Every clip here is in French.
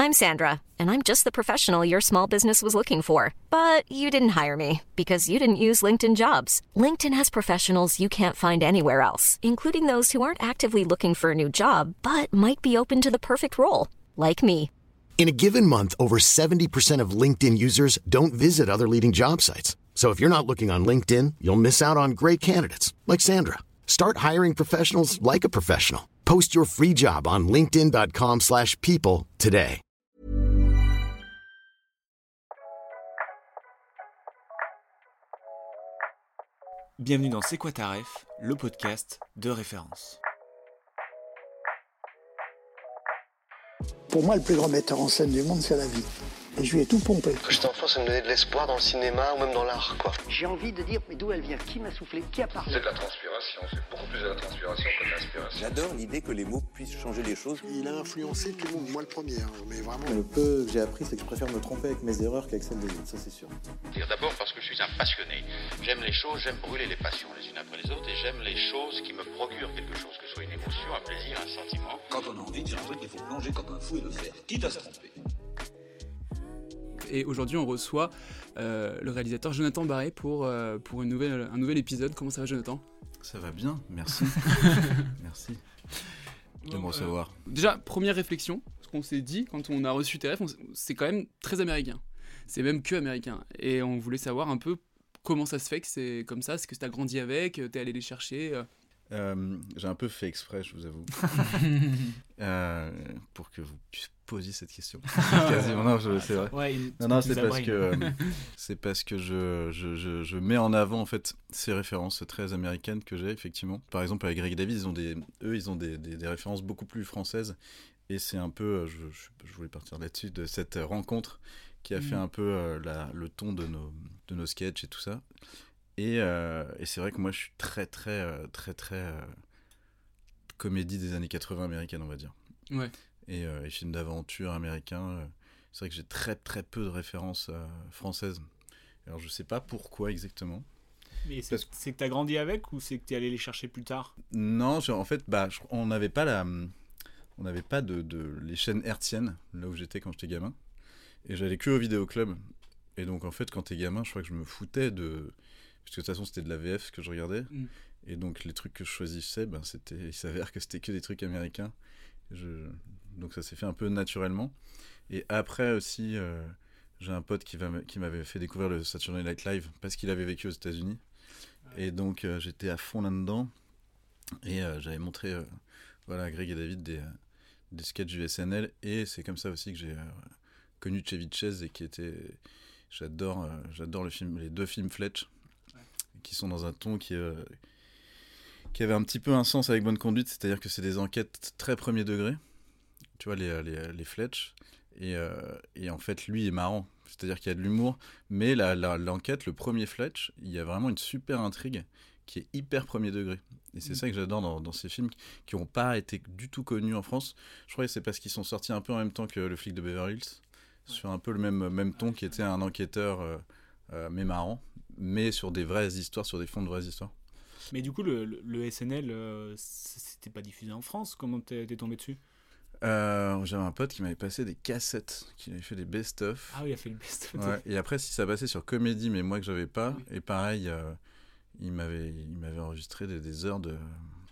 I'm Sandra, and I'm just the professional your small business was looking for. But you didn't hire me because you didn't use LinkedIn Jobs. LinkedIn has professionals you can't find anywhere else, including those who aren't actively looking for a new job, but might be open to the perfect role, like me. In a given month, over 70% of LinkedIn users don't visit other leading job sites. So if you're not looking on LinkedIn, you'll miss out on great candidates like Sandra. Start hiring professionals like a professional. Post your free job on linkedin.com/people today. Bienvenue dans C'est quoi ta ref, le podcast de référence. Pour moi, le plus grand metteur en scène du monde, c'est la vie. Et je lui ai tout pompé. Quand j'étais enfant, ça me donnait de l'espoir dans le cinéma ou même dans l'art, quoi. J'ai envie de dire, mais d'où elle vient? Qui m'a soufflé? Qui a parlé? C'est de la transpiration, c'est beaucoup plus de la transpiration que de l'inspiration. J'adore l'idée que les mots puissent changer les choses. Il a influencé tout le monde, moi le premier, mais vraiment. Le peu que j'ai appris, c'est que je préfère me tromper avec mes erreurs qu'avec celles des autres, ça c'est sûr. D'abord parce que je suis un passionné. J'aime les choses, j'aime brûler les passions les unes après les autres et j'aime les choses qui me procurent quelque chose, que ce soit une émotion, un plaisir, un sentiment. Quand on a envie de dire un truc, il faut plonger comme un fou et le faire, quitte à se tromper. Et aujourd'hui, on reçoit le réalisateur Jonathan Barré pour un nouvel épisode. Comment ça va, Jonathan ? Ça va bien, merci. Merci de me recevoir. Déjà, première réflexion, ce qu'on s'est dit quand on a reçu tes refs, c'est quand même très américain. C'est même que américain. Et on voulait savoir un peu comment ça se fait que c'est comme ça. Est-ce que tu as grandi avec ? T'es allé les chercher J'ai un peu fait exprès, je vous avoue, pour que vous posiez cette question. Quasiment, non, c'est vrai. Ouais, non, c'est parce que je mets en avant en fait ces références très américaines que j'ai effectivement. Par exemple, avec Greg et David, ils ont des références beaucoup plus françaises. Et c'est un peu, je voulais partir là-dessus, de cette rencontre qui a fait un peu le ton de nos sketchs et tout ça. Et c'est vrai que moi je suis très comédie des années 80 américaine, on va dire. Ouais. Et films d'aventure américains, c'est vrai que j'ai très peu de références françaises. Alors je sais pas pourquoi exactement. Mais c'est que t'as grandi avec ou c'est que t'es allé les chercher plus tard ? Non, en fait, on n'avait pas les chaînes hertziennes là où j'étais quand j'étais gamin. Et j'allais que au vidéoclub. Et donc en fait, quand t'es gamin, je crois que je me foutais de... Parce que de toute façon, c'était de la VF que je regardais. Et donc, les trucs que je choisissais, il s'avère que c'était que des trucs américains. Donc, ça s'est fait un peu naturellement. Et après aussi, j'ai un pote qui m'avait fait découvrir le Saturday Night Live parce qu'il avait vécu aux États-Unis. Et donc, j'étais à fond là-dedans. Et j'avais montré à Greg et David des sketchs du SNL. Et c'est comme ça aussi que j'ai connu Chevy Chase et qui était... J'adore les deux films Fletch. Qui sont dans un ton qui avait un petit peu un sens avec Bonne Conduite, c'est-à-dire que c'est des enquêtes très premier degré, tu vois, les Fletch, et en fait, lui est marrant, c'est-à-dire qu'il y a de l'humour, mais l'enquête, le premier Fletch, il y a vraiment une super intrigue qui est hyper premier degré, et c'est ça que j'adore dans ces films qui n'ont pas été du tout connus en France. Je crois que c'est parce qu'ils sont sortis un peu en même temps que Le Flic de Beverly Hills, sur un peu le même ton, qui était un enquêteur mais marrant, mais sur des vraies histoires, sur des fonds de vraies histoires. Mais du coup, le SNL, c'était pas diffusé en France. Comment t'es tombé dessus ? J'avais un pote qui m'avait passé des cassettes, qui avait fait des best-of. Ah oui, il a fait le best-of. Ouais. Et après, si ça passait sur Comédie, mais moi que j'avais pas. Oui. Et pareil, il m'avait enregistré des heures de...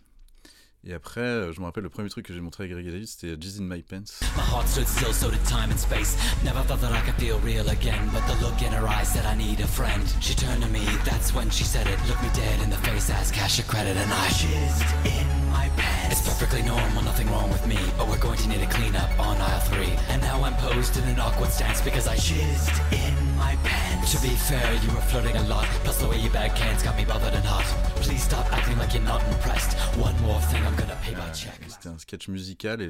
Et après, je me rappelle, le premier truc que j'ai montré à Greg et David, c'était Jizz in My Pants. My heart stood still, so did time and space. Never thought that I could feel real again, but the look in her eyes said I need a friend. She turned to me, that's when she said it. Looked me dead in the face, asked cash or credit, and I jizzed in my pants. It's perfectly normal, nothing wrong with me, but we're going to need a cleanup on aisle 3. And now I'm posed in an awkward stance because I jizzed in my pants. To be fair, you were flirting a lot, plus the way you bag cans got me bothered and hot. Please stop acting like you're not impressed. One more thing, I'm gonna pay my check. C'était un sketch musical et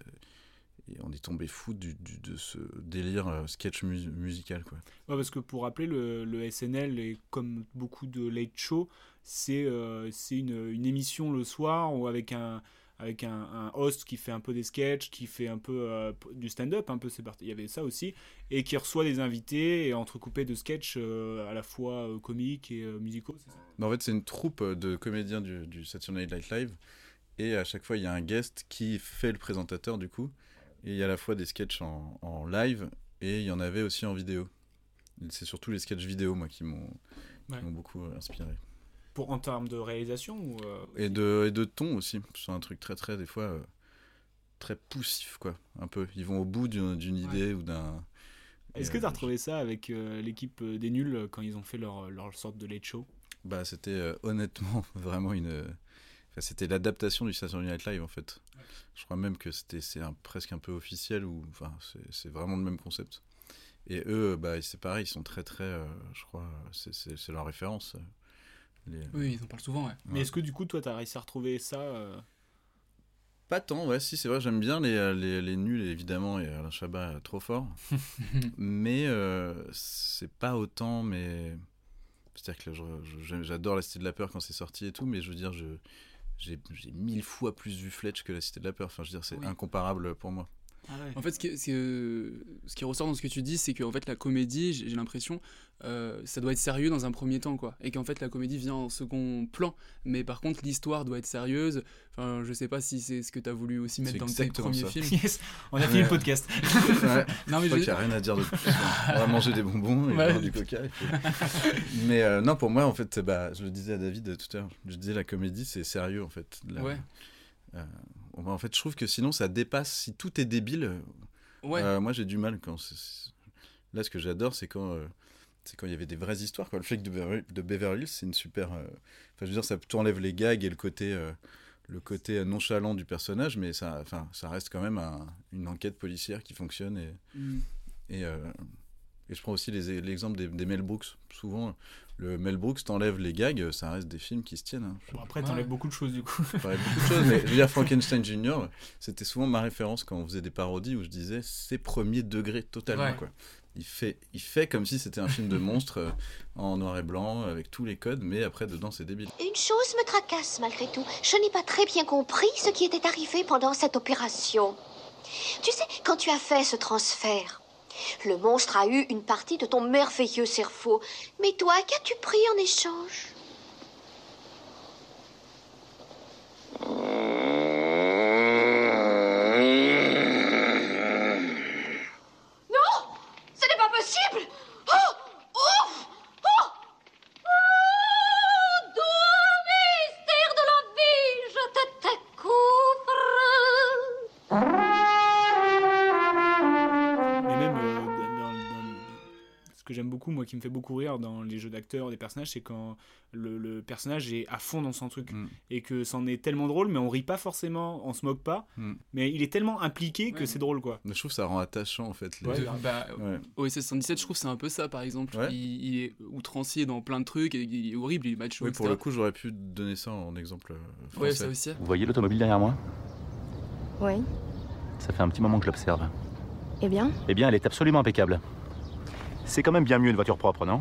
on est tombé fou de ce délire sketch musical, quoi. Ouais, parce que pour rappeler, le SNL est comme beaucoup de late show, c'est une émission le soir où avec un host qui fait un peu des sketchs, qui fait un peu du stand-up, un peu, il y avait ça aussi, et qui reçoit des invités et entrecoupé de sketchs à la fois comiques et musicaux, c'est ça ? En fait, c'est une troupe de comédiens du Saturday Night Live, et à chaque fois, il y a un guest qui fait le présentateur, du coup. Et il y a à la fois des sketchs en live et il y en avait aussi en vidéo. Et c'est surtout les sketchs vidéo, moi, qui m'ont beaucoup inspiré. En termes de réalisation ou et de ton aussi. C'est un truc très, des fois, très poussif, quoi. Un peu. Ils vont au bout d'une idée ou d'un... Est-ce que tu as retrouvé ça avec l'équipe des Nuls quand ils ont fait leur sorte de late show ? Bah, c'était honnêtement vraiment c'était l'adaptation du Saturday Night Live, en fait. Ouais. Je crois même que c'est presque un peu officiel, ou enfin, c'est vraiment le même concept. Et eux, bah, c'est pareil, ils sont très, je crois, c'est leur référence. Oui, ils en parlent souvent, ouais. Mais est-ce que du coup, toi, tu as réussi à retrouver ça Pas tant, ouais, si, c'est vrai, j'aime bien les Nuls, évidemment, et Alain Chabat, trop fort. Mais c'est pas autant, mais... C'est-à-dire que j'adore La Cité de la Peur quand c'est sorti et tout, mais je veux dire, j'ai 1000 fois plus vu Fletch que La Cité de la Peur. Enfin, je veux dire, c'est incomparable pour moi. Ah ouais. En fait, ce qui ressort dans ce que tu dis, c'est qu'en fait, la comédie, j'ai l'impression, ça doit être sérieux dans un premier temps, quoi. Et qu'en fait, la comédie vient en second plan. Mais par contre, l'histoire doit être sérieuse. Enfin, je sais pas si c'est ce que tu as voulu aussi mettre dans tes premiers films. Yes. On a fini le podcast. Ouais. Non, mais je crois qu'il n'y a rien à dire de plus. On va manger des bonbons et boire du coca. Mais non, pour moi, en fait, je le disais à David tout à l'heure, je disais la comédie, c'est sérieux, en fait. En fait, je trouve que sinon, ça dépasse. Si tout est débile, moi, j'ai du mal quand... Là, ce que j'adore, c'est quand il y avait des vraies histoires, quoi. Le flic de Beverly Hills, c'est une super... Enfin, je veux dire, ça t'enlève les gags et le côté nonchalant du personnage, mais ça reste quand même une enquête policière qui fonctionne. Et je prends aussi l'exemple des Mel Brooks. Souvent, le Mel Brooks, t'enlèves les gags, ça reste des films qui se tiennent. Hein. Bon, après, t'enlèves beaucoup de choses, du coup. T'enlèves beaucoup de choses, mais je veux dire, Frankenstein Jr., c'était souvent ma référence quand on faisait des parodies où je disais, c'est premier degré totalement, quoi. Il fait comme si c'était un film de monstre en noir et blanc, avec tous les codes, mais après, dedans, c'est débile. Une chose me tracasse malgré tout. Je n'ai pas très bien compris ce qui était arrivé pendant cette opération. Tu sais, quand tu as fait ce transfert, le monstre a eu une partie de ton merveilleux cerveau. Mais toi, qu'as-tu pris en échange ? Moi qui me fait beaucoup rire dans les jeux d'acteurs des personnages, c'est quand le personnage est à fond dans son truc et que c'en est tellement drôle, mais on rit pas forcément, on se moque pas, mais il est tellement impliqué que c'est drôle, quoi. Mais je trouve que ça rend attachant, en fait. OSS 117, je trouve que c'est un peu ça, par exemple. Il est outrancier dans plein de trucs et il est horrible, il est macho, etc. Pour le coup, j'aurais pu donner ça en exemple français. Ouais, ça aussi. Vous voyez l'automobile derrière moi ? Oui. Ça fait un petit moment que je l'observe. Eh bien ? Eh bien, elle est absolument impeccable. C'est quand même bien mieux une voiture propre, non ?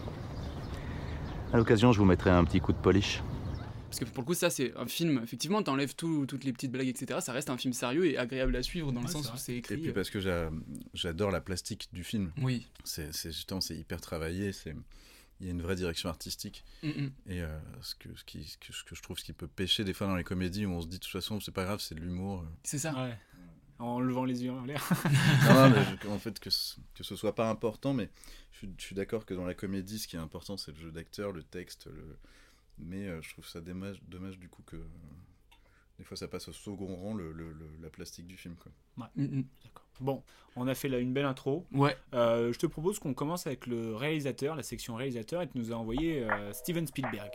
À l'occasion, je vous mettrai un petit coup de polish. Parce que pour le coup, ça, c'est un film, effectivement, t'enlèves toutes les petites blagues, etc. Ça reste un film sérieux et agréable à suivre dans le sens où c'est écrit. Et puis parce que j'adore la plastique du film. Oui. C'est hyper travaillé, il y a une vraie direction artistique. Et ce que je trouve, ce qui peut pêcher des fois dans les comédies où on se dit de toute façon, c'est pas grave, c'est de l'humour. C'est ça. Ouais. En levant les yeux en l'air. Non, mais en fait, que ce soit pas important, mais je suis d'accord que dans la comédie, ce qui est important, c'est le jeu d'acteur, le texte, mais je trouve ça dommage du coup que des fois ça passe au second rang, la plastique du film, quoi. Ouais. D'accord. Bon, on a fait là une belle intro. Ouais. Je te propose qu'on commence avec le réalisateur, la section réalisateur, et tu nous as envoyé Steven Spielberg.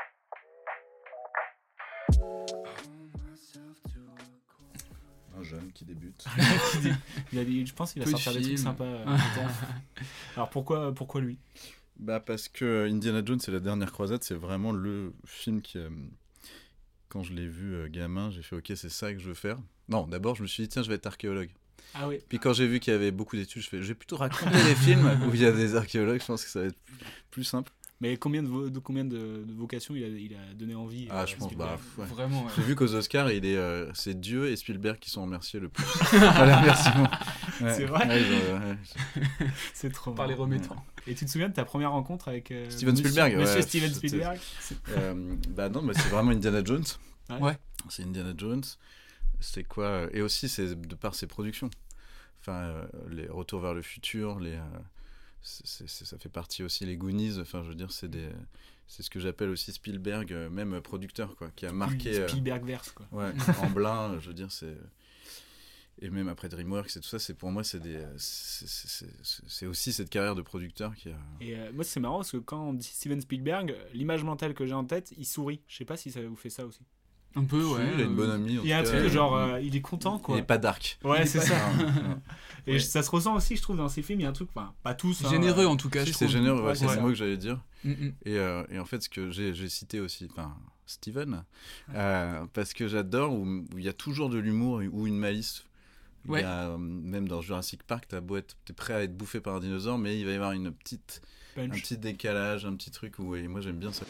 Un jeune qui débute. Je pense qu'il va sortir des trucs sympas. Alors pourquoi lui ? Parce que Indiana Jones et la dernière croisade, c'est vraiment le film qui... Quand je l'ai vu gamin, j'ai fait ok, c'est ça que je veux faire. Non, d'abord je me suis dit tiens, je vais être archéologue. Ah oui. Puis quand j'ai vu qu'il y avait beaucoup d'études, je vais plutôt raconter les films où il y a des archéologues, je pense que ça va être plus simple. Mais combien de vocations il a donné envie je pense Vraiment. Ouais. J'ai vu qu'aux Oscars, c'est Dieu et Spielberg qui sont remerciés le plus. Remerciement. Ouais. C'est vrai. C'est trop. Par les remettants. Et tu te souviens de ta première rencontre avec Steven Spielberg? Monsieur Steven Spielberg. Non, mais c'est vraiment Indiana Jones. Ouais. C'est Indiana Jones. C'est quoi et aussi c'est de par ses productions. Enfin, les Retours vers le futur, ça fait partie aussi les Goonies. Enfin, je veux dire, c'est ce que j'appelle aussi Spielberg, même producteur, quoi, qui a marqué. Spielberg-verse, quoi. Ouais, Amblin, je veux dire, c'est. Et même après DreamWorks et tout ça, pour moi, c'est aussi cette carrière de producteur qui a. Et moi, c'est marrant parce que quand on dit Steven Spielberg, l'image mentale que j'ai en tête, il sourit. Je sais pas si ça vous fait ça aussi. Un peu, ouais. Il a une bonne amie. Il y a un truc de genre, il est content, quoi. Il est pas dark. Ouais, c'est ça. Et ouais. ça se ressent aussi, je trouve, dans ces films. Il y a un truc, enfin, pas tous. Généreux, en tout cas, je trouve. C'est généreux, ouais, c'est ça. le mot que j'allais dire. Mm-hmm. Et en fait, ce que j'ai cité aussi, enfin, Steven, parce que j'adore où il y a toujours de l'humour ou une malice. Il y a, même dans Jurassic Park, t'es prêt à être bouffé par un dinosaure, mais il va y avoir un petit décalage, un petit truc où moi j'aime bien ça.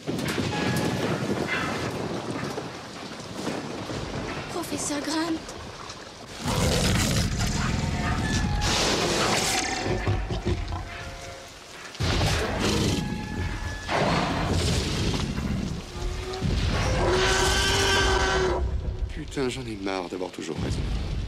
Professeur Grant. Putain, j'en ai marre d'avoir toujours raison.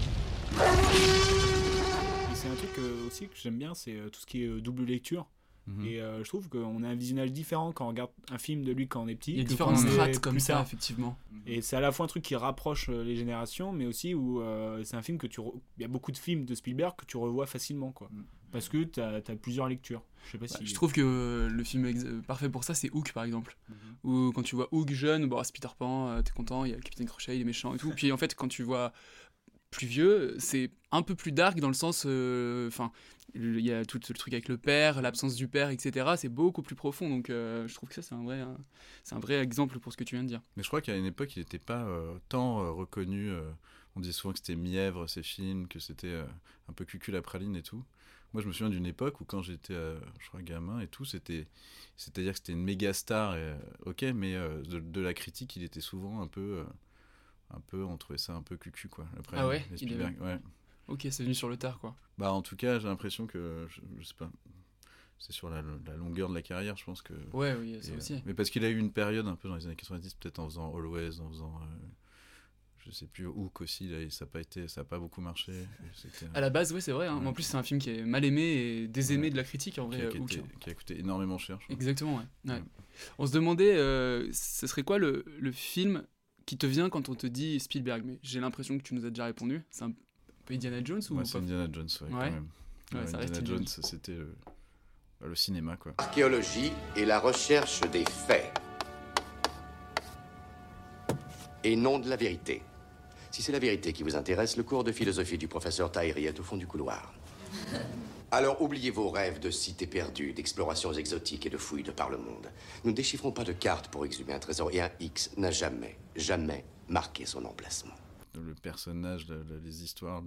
Et c'est un truc aussi que j'aime bien, c'est tout ce qui est double lecture. Et je trouve qu'on a un visionnage différent quand on regarde un film de lui quand on est petit. Il y a différentes strates comme ça, effectivement. Et c'est à la fois un truc qui rapproche les générations, mais aussi où c'est un film il y a beaucoup de films de Spielberg que tu revois facilement, quoi. Parce que t'as plusieurs lectures. Je sais pas si. Je trouve que le film parfait pour ça, c'est Hook, par exemple. Où quand tu vois Hook jeune, c'est Peter Pan, t'es content, il y a le Capitaine Crochet, il est méchant et tout. Puis en fait, quand tu vois plus vieux, c'est un peu plus dark dans le sens, il y a tout le truc avec le père, l'absence du père, etc. C'est beaucoup plus profond, donc je trouve que ça c'est un vrai exemple pour ce que tu viens de dire. Mais je crois qu'à une époque il n'était pas tant reconnu. On disait souvent que c'était mièvre ces films, que c'était un peu cucul à praline et tout. Moi je me souviens d'une époque où quand j'étais je crois gamin et tout, c'est-à-dire que c'était une méga star, mais de la critique il était souvent un peu on trouvait ça un peu cucu, quoi. Après, ah ouais, ouais. Ok, c'est venu sur le tard, quoi. Bah en tout cas j'ai l'impression que je sais pas, c'est sur la longueur de la carrière, je pense que. Ouais, oui, ça aussi. Mais parce qu'il a eu une période un peu dans les années 90, peut-être en faisant Always, en faisant je sais plus, Hook aussi, là, ça a pas beaucoup marché. À la base, oui, c'est vrai. Hein. Ouais. En plus, c'est un film qui est mal aimé et désaimé de la critique, en vrai. Qui a coûté énormément cher. Exactement, ouais. On se demandait, ce serait quoi le film qui te vient quand on te dit Spielberg, mais j'ai l'impression que tu nous as déjà répondu. C'est un peu Indiana Jones ou pas? C'est Indiana Jones, quand même. Indiana Jones, c'était le cinéma, quoi. L'archéologie est la recherche des faits et non de la vérité. Si c'est la vérité qui vous intéresse, le cours de philosophie du professeur Tahiri est au fond du couloir. Alors oubliez vos rêves de cités perdues, d'explorations exotiques et de fouilles de par le monde. Nous ne déchiffrons pas de cartes pour exhumer un trésor et un X n'a jamais marqué son emplacement. Le personnage, les histoires,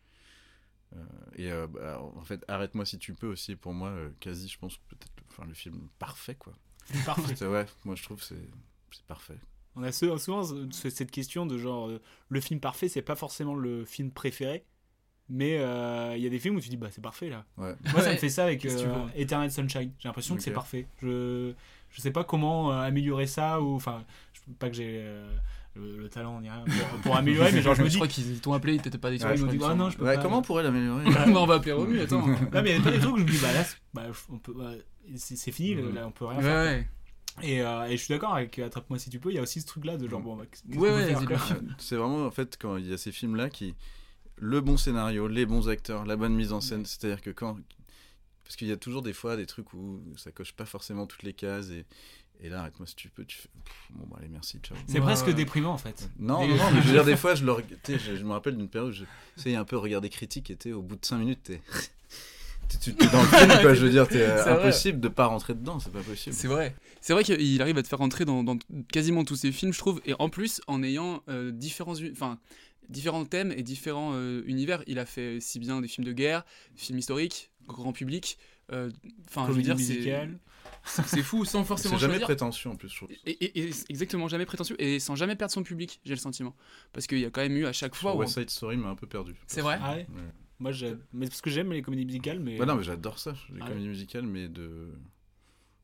en fait, Arrête-moi si tu peux aussi, pour moi, quasi, je pense, peut-être le film parfait, quoi. Parfait. Ouais, moi je trouve que c'est parfait. On a souvent cette question de genre, le film parfait, c'est pas forcément le film préféré. Mais il y a des films où tu dis c'est parfait là. Ouais. Moi ça me fait ça avec Eternal Sunshine. J'ai l'impression que c'est parfait. Je sais pas comment améliorer ça, ou enfin pas que j'ai le talent ni rien pour améliorer, mais genre je me dis. Je crois qu'ils t'ont appelé, ils t'étaient pas déçus. Ils m'ont dit non, je peux pas. Comment on pourrait l'améliorer? On va appeler Romu, attends. Non mais il y a pas des trucs où je me dis là on peut, c'est fini, là on peut rien faire. Ouais. Et je suis d'accord avec Attrape-moi si tu peux. Il y a aussi ce truc là de genre c'est vraiment en fait quand il y a ces films là qui le bon scénario, les bons acteurs, la bonne mise en scène, c'est-à-dire que parce qu'il y a toujours des fois des trucs où ça coche pas forcément toutes les cases et là Arrête-moi si tu peux, tu fais allez merci ciao. C'est presque déprimant en fait. Non mais je veux dire des fois je me rappelle d'une période où j'essayais un peu regarder critique et au bout de 5 minutes t'es dans le film, quoi. Je veux dire, impossible de pas rentrer dedans, c'est pas possible. C'est vrai qu'il arrive à te faire rentrer dans quasiment tous ses films, je trouve, et en plus en ayant différents thèmes et différents univers. Il a fait si bien des films de guerre, films historiques, grand public. Je veux dire, c'est fou, sans forcément choisir. C'est jamais choisir. Prétentieux en plus, je trouve. Et exactement, jamais prétentieux, et sans jamais perdre son public, j'ai le sentiment. Parce qu'il y a quand même eu à chaque fois. West Side Story m'a un peu perdu. C'est vrai. Ah ouais. Moi, mais parce que j'aime les comédies musicales, mais. Non, mais j'adore ça, les comédies musicales, mais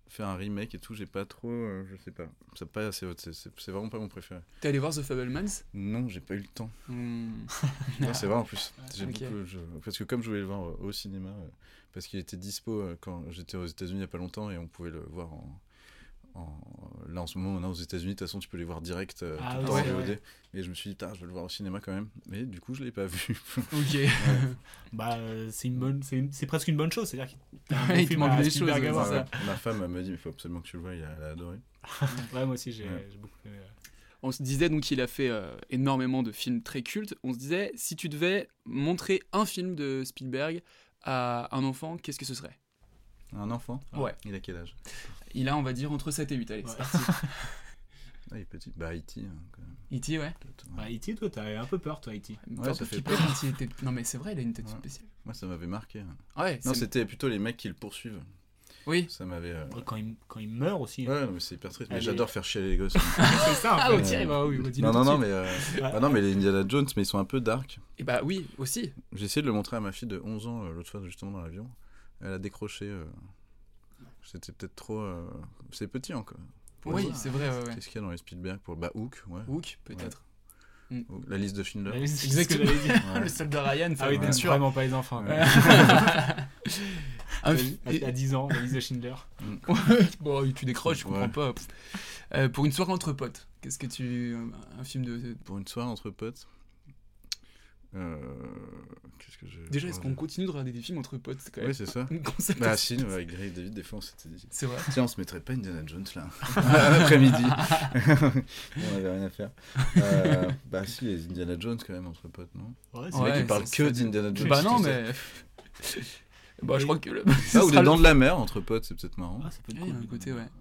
faire un remake et tout, j'ai pas trop, je sais pas. C'est vraiment pas mon préféré. T'es allé voir The Fabelmans ? Non, j'ai pas eu le temps. Non, c'est vrai en plus. Parce que comme je voulais le voir au cinéma, parce qu'il était dispo quand j'étais aux États-Unis il y a pas longtemps et on pouvait le voir là en ce moment maintenant aux États-Unis, de toute façon tu peux les voir direct tout le temps en VOD. Et je me suis dit je vais le voir au cinéma quand même, mais du coup je l'ai pas vu. Ok. Bah c'est presque une bonne chose, c'est-à-dire qu'il te manque des choses. Ma femme m'a dit il faut absolument que tu le vois, elle a adoré. Ouais, moi aussi j'ai beaucoup aimé. On se disait donc qu'il a fait énormément de films très cultes. On se disait si tu devais montrer un film de Spielberg à un enfant, qu'est-ce que ce serait ? Un enfant ? Ouais. Il a quel âge ? Il a, on va dire, entre 7 et 8, allez, c'est parti. Il est petit. Bah, E.T. Quand même. E.T., ouais. Bah, E.T., toi, t'avais un peu peur, toi, E.T. Ouais, ça fait peur. Non, mais c'est vrai, il a une tête spéciale. Moi, ça m'avait marqué. Ouais. Non, c'était plutôt les mecs qui le poursuivent. Oui. Ça m'avait... Quand il meurt aussi. Ouais, non, mais c'est hyper triste. Mais j'adore faire chier les gosses. C'est ça, en fait. Non, mais les Indiana Jones, mais ils sont un peu dark. Et bah oui, aussi. J'ai essayé de le montrer à ma fille de 11 ans l'autre fois, justement, dans l'avion. Elle a décroché... C'était peut-être trop... C'est petit encore. Oui, c'est vrai. Ouais. Qu'est-ce qu'il y a dans les Spielberg pour... Bah, Hook, ouais. Hook, peut-être. Ouais. La liste de Schindler. Exactement. Le soldat Ryan. Ah oui, bien sûr. Vraiment pas les enfants. Ouais. À 10 ans, la liste de Schindler. Bon, tu décroches, je comprends pas. Pour une soirée entre potes, qu'est-ce que tu... Un film de... Pour une soirée entre potes qu'est-ce que je... Déjà, est-ce qu'on continue de regarder des films entre potes ? Oui, c'est ça. Bah si, avec Greg David, des fois on s'était dit. C'est vrai. Tiens, on se mettrait pas Indiana Jones là l'après-midi. On avait rien à faire. Bah si, les Indiana Jones quand même entre potes, non ? Ouais, c'est vrai qu'ils parlent que d'Indiana Jones. Bah non, mais... Bah je crois que... ou les Dents de la Mer entre potes, c'est peut-être marrant. Ah, ça peut être cool. Un côté, ouais.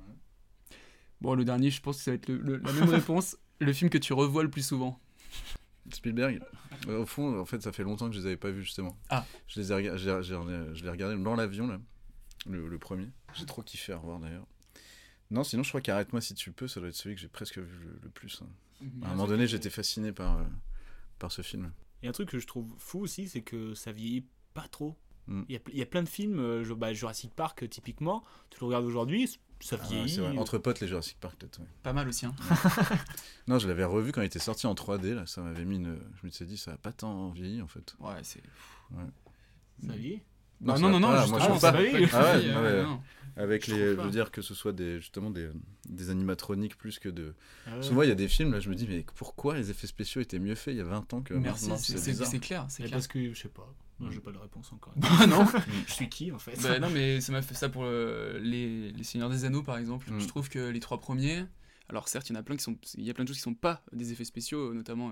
Bon, le dernier, je pense que ça va être la même réponse. Le film que tu revois le plus souvent. Spielberg. Au fond, en fait, ça fait longtemps que je les avais pas vus justement. Ah. Je l'ai regardé dans l'avion là, le premier. J'ai trop kiffé à revoir d'ailleurs. Non, sinon je crois qu'Arrête-moi si tu peux, ça doit être celui que j'ai presque vu le plus. À un moment donné, j'étais fasciné par ce film. Et un truc que je trouve fou aussi, c'est que ça vieillit pas trop. Il y a plein de films, Jurassic Park typiquement, tu le regardes aujourd'hui, ça vieillit. C'est vrai. Entre potes, les Jurassic Park peut-être. Ouais. Pas mal aussi. Hein. Non, je l'avais revu quand il était sorti en 3D, là, ça m'avait mis je me suis dit, ça a pas tant vieilli en fait. Ouais, c'est... Ouais. Ça vieillit ? Non, moi je trouve pas. Non. Avec je veux dire que ce soit justement des animatroniques plus que de... Souvent il y a des films, là je me dis, mais pourquoi les effets spéciaux étaient mieux faits il y a 20 ans que maintenant ? C'est clair. Parce que, je sais pas, moi j'ai pas de réponse encore. Bah non. Je suis qui en fait ? Bah non, mais ça m'a fait ça pour les Seigneurs des Anneaux par exemple. Je trouve que les 3 premiers... Alors certes, il y a plein de choses qui sont pas des effets spéciaux, notamment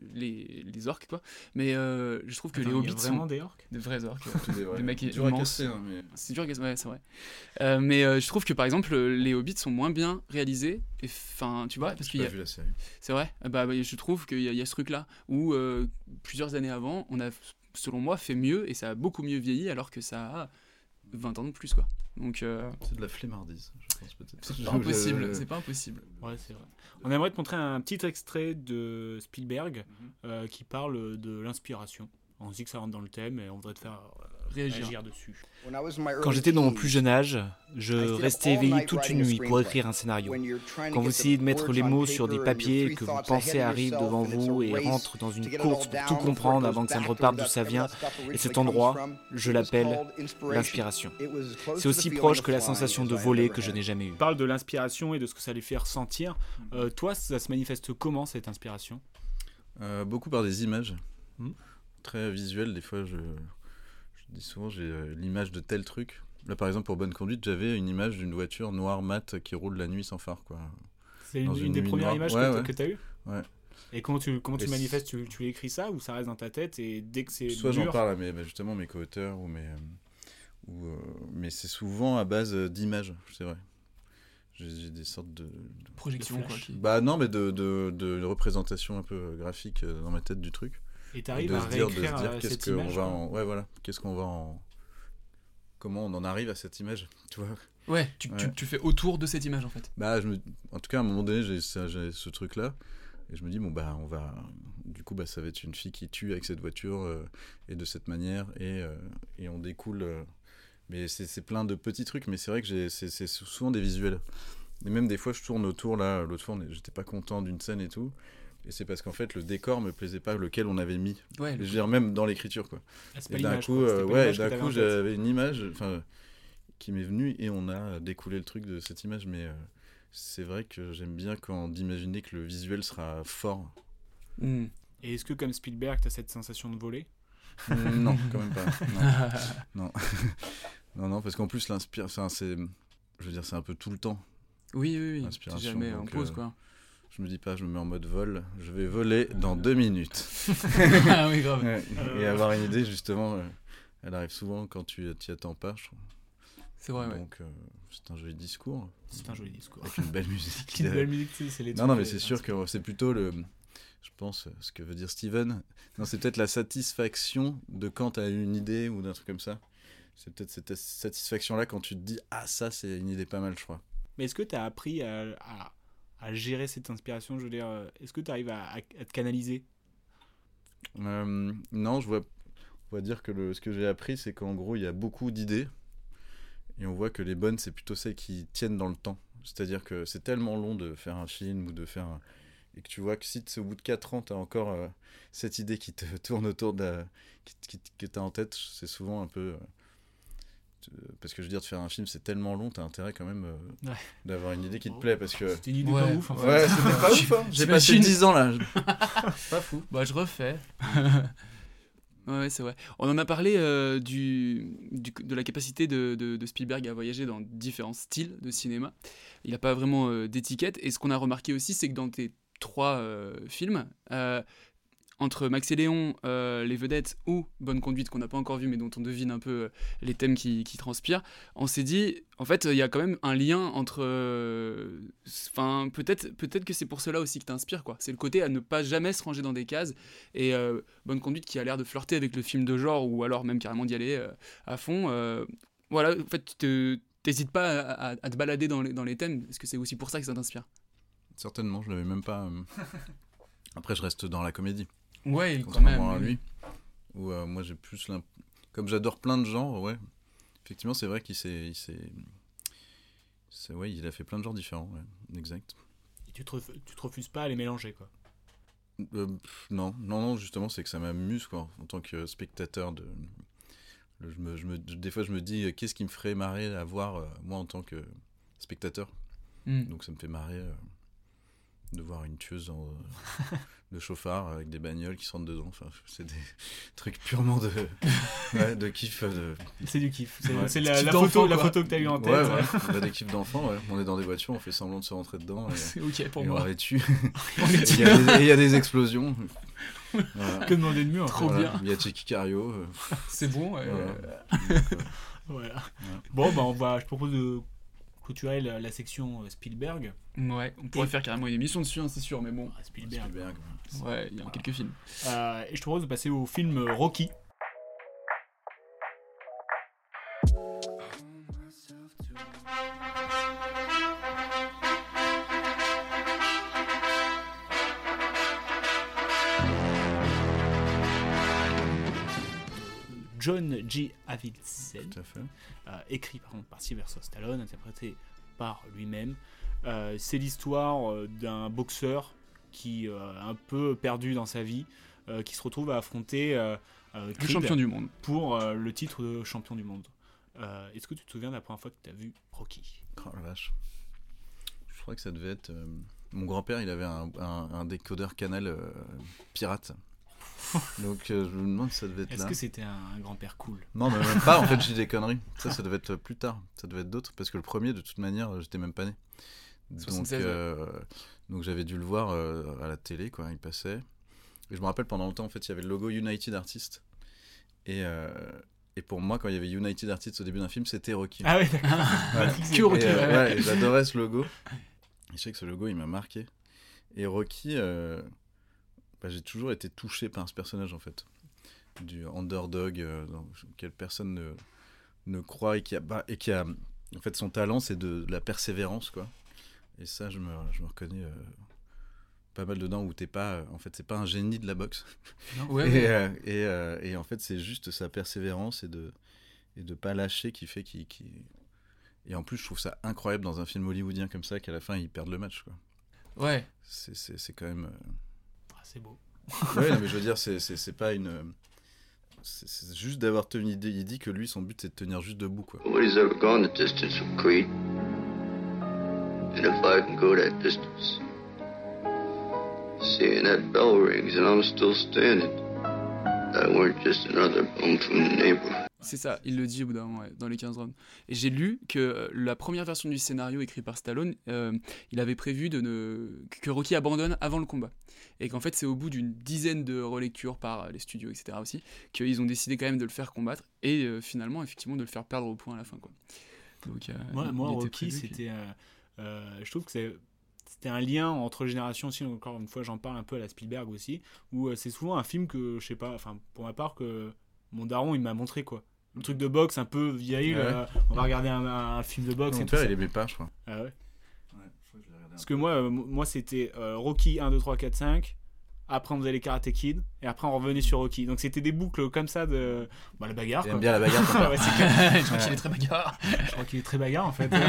les orques quoi. Mais je trouve que les hobbits sont vraiment des orques, des vrais orques, des mecs dur à casser, hein, mais... c'est dur à casser, ouais, c'est vrai. Mais je trouve que par exemple les hobbits sont moins bien réalisés. Enfin, tu vois, parce qu'il y a... vu la série. C'est vrai. Bah, je trouve qu'il y a ce truc là où plusieurs années avant, on a, selon moi, fait mieux et ça a beaucoup mieux vieilli alors que ça a 20 ans de plus quoi. Donc c'est de la flemmardise, je pense peut-être. C'est pas impossible, c'est pas impossible. Ouais, c'est vrai. On aimerait te montrer un petit extrait de Spielberg qui parle de l'inspiration. On se dit que ça rentre dans le thème et on voudrait te faire réagir dessus. Quand j'étais dans mon plus jeune âge, je restais éveillé toute une nuit pour écrire un scénario. Quand vous essayez de mettre les mots sur des papiers, que vous pensez arrive devant vous et rentre dans une course pour tout comprendre avant que ça ne reparte d'où ça vient, et cet endroit, je l'appelle l'inspiration. C'est aussi proche que la sensation de voler que je n'ai jamais eue. On parle de l'inspiration et de ce que ça les fait ressentir. Toi, ça se manifeste comment cette inspiration ? Beaucoup par des images. Très visuelles, des fois je dis souvent j'ai l'image de tel truc. Là par exemple pour Bonne Conduite, j'avais une image d'une voiture noire mat qui roule la nuit sans phare quoi. C'est une des premières images que tu as eues ? Ouais. Et comment tu manifestes, tu écris ça ou ça reste dans ta tête et dès que c'est soit j'en parle à justement mes co-auteurs mais c'est souvent à base d'images, c'est vrai. J'ai des sortes de projections quoi. Bah non mais de représentations un peu graphiques dans ma tête du truc. Et t'arrives à réécrire cette image. Comment on en arrive à cette image, tu vois. Ouais, tu fais autour de cette image en fait. Bah en tout cas à un moment donné j'ai ce truc là et je me dis bon bah on va du coup bah ça va être une fille qui tue avec cette voiture et de cette manière et on découle Mais c'est plein de petits trucs, mais c'est vrai que c'est souvent des visuels. Et même des fois, je tourne autour, là, l'autre fois, j'étais pas content d'une scène et tout. Et c'est parce qu'en fait, le décor me plaisait pas, lequel on avait mis. Ouais, je veux dire, même dans l'écriture, quoi. C'est pas et d'un coup, j'avais une image qui m'est venue et on a découlé le truc de cette image. Mais c'est vrai que j'aime bien d'imaginer que le visuel sera fort. Et est-ce que, comme Spielberg, t'as cette sensation de voler ? Non, quand même pas. Non. non, parce qu'en plus, je veux dire, c'est un peu tout le temps. Oui. C'est jamais en pause, quoi. Je me dis pas, je me mets en mode vol, je vais voler dans 2 minutes. Ah oui, grave. Et avoir une idée, justement, elle arrive souvent quand tu t'y attends pas, je trouve. C'est vrai, Donc, c'est un joli discours. C'est un joli discours. Avec une belle musique. Une belle musique, c'est les trucs. Non, mais c'est sûr que c'est plutôt je pense, ce que veut dire Steven. Non, c'est peut-être la satisfaction de quand tu as une idée ou d'un truc comme ça. C'est peut-être cette satisfaction-là quand tu te dis « Ah, ça, c'est une idée pas mal, je crois. » Mais est-ce que tu as appris à gérer cette inspiration ? Je veux dire, est-ce que tu arrives à te canaliser ? Non, on va dire que ce que j'ai appris, c'est qu'en gros, il y a beaucoup d'idées. Et on voit que les bonnes, c'est plutôt celles qui tiennent dans le temps. C'est-à-dire que c'est tellement long de faire un film ou de faire et que tu vois que si au bout de 4 ans, tu as encore cette idée qui te tourne autour que tu as en tête, c'est souvent un peu... parce que je veux dire, de faire un film, c'est tellement long, tu as intérêt quand même d'avoir une idée qui te plaît. Parce que... C'était une idée pas ouf. En fait. Ouais, c'était pas ouf. Hein. J'ai passé 10 ans là. Pas fou. Bah, je refais. Ouais, c'est vrai. On en a parlé de la capacité de Spielberg à voyager dans différents styles de cinéma. Il n'a pas vraiment d'étiquette. Et ce qu'on a remarqué aussi, c'est que dans tes 3 films, entre Max et Léon, Les Vedettes ou Bonne Conduite, qu'on n'a pas encore vu, mais dont on devine un peu les thèmes qui transpirent, on s'est dit, en fait, il y a quand même un lien entre... peut-être que c'est pour cela aussi que t'inspires, quoi. C'est le côté à ne pas jamais se ranger dans des cases. Et Bonne Conduite qui a l'air de flirter avec le film de genre, ou alors même carrément d'y aller à fond. Voilà, en fait, t'hésites pas à te balader dans les thèmes. Est-ce que c'est aussi pour ça que ça t'inspire ? Certainement, je l'avais même pas... Après, je reste dans la comédie. Ouais, quand même. À lui, où moi j'ai plus comme j'adore plein de genres, ouais. Effectivement, c'est vrai il a fait plein de genres différents, ouais. Exact. Et tu te refuses pas à les mélanger, quoi. Non, justement, c'est que ça m'amuse, quoi, en tant que spectateur des fois je me dis qu'est-ce qui me ferait marrer à voir moi en tant que spectateur. Donc ça me fait marrer de voir une tueuse de chauffard avec des bagnoles qui se rentrent dedans. Enfin, c'est des trucs purement de kiff. C'est du kiff. C'est la photo que tu as eue en tête. Ouais. On a des kiffs d'enfants. Ouais. On est dans des voitures, on fait semblant de se rentrer dedans. C'est ok pour et moi. On les tue. Il y a des explosions. Voilà. Que demander de mieux. Trop bien. Il y a Checky Cario. C'est bon. Ouais. Voilà. Bon, je propose de clôturer la section Spielberg. Ouais, on pourrait faire carrément une émission dessus, hein, c'est sûr, mais bon. Spielberg. Ouais, il y a quelques films. Et je te propose de passer au film Rocky. John G. Avildsen, écrit par Sylvester Stallone, interprété par lui-même. C'est l'histoire d'un boxeur qui est un peu perdu dans sa vie, qui se retrouve à affronter le champion du monde pour le titre de champion du monde. Est-ce que tu te souviens de la première fois que tu as vu Rocky ? Oh la vache. Je crois que ça devait être... Mon grand-père, il avait un décodeur Canal pirate. Donc je me demande si ça devait être Est-ce là. que c'était un grand-père cool ? Non, mais même pas, en fait, j'ai des conneries. Ça devait être plus tard. Ça devait être d'autres, parce que le premier, de toute manière, j'étais même pas né. Donc j'avais dû le voir à la télé, quoi, il passait. Et je me rappelle, pendant longtemps, en fait, il y avait le logo United Artists. Et pour moi, quand il y avait United Artists au début d'un film, c'était Rocky. Ah ouais, d'accord. Que Rocky, et j'adorais ce logo. Et je sais que ce logo, il m'a marqué. Et Rocky... j'ai toujours été touché par ce personnage, en fait, du underdog dans lequel personne ne croit et qui a en fait, son talent, c'est de la persévérance, quoi. Et ça, je me reconnais pas mal dedans, où t'es pas, en fait, c'est pas un génie de la boxe. Non. Ouais. Et en fait, c'est juste sa persévérance de pas lâcher qui fait qu'il... Et en plus, je trouve ça incroyable dans un film hollywoodien comme ça qu'à la fin, ils perdent le match, quoi. Ouais. C'est quand même... c'est beau. Ouais, non, mais je veux dire, c'est pas une... C'est juste d'avoir tenu idée. Il dit que lui, son but, c'est de tenir juste debout, quoi. Nobody's ever gone the distance from Creed. And if I can go that distance, seeing that bell rings and I'm still standing, I weren't just another bum from the neighborhood. C'est ça, il le dit au bout d'un moment, ouais, dans les 15 rounds. Et j'ai lu que la première version du scénario écrit par Stallone, il avait prévu que Rocky abandonne avant le combat. Et qu'en fait, c'est au bout d'une dizaine de relectures par les studios, etc. aussi, qu'ils ont décidé quand même de le faire combattre et finalement, effectivement, de le faire perdre au point à la fin, quoi. Donc, moi Rocky, c'était... je trouve que c'était un lien entre générations aussi, encore une fois, j'en parle un peu à la Spielberg aussi, où c'est souvent un film que, je sais pas, enfin, pour ma part, que mon daron, il m'a montré, quoi. Le truc de boxe un peu vieilli, on va regarder un film de boxe. Mon père, il aimait pas, je crois. Ah ouais. Parce que moi c'était Rocky 1, 2, 3, 4, 5. Après, on faisait les Karate Kid. Et après, on revenait sur Rocky. Donc, c'était des boucles comme ça de. Bah, la bagarre. Il aime bien la bagarre. Ouais, je crois qu'il est très bagarre. Je crois qu'il est très bagarre, en fait.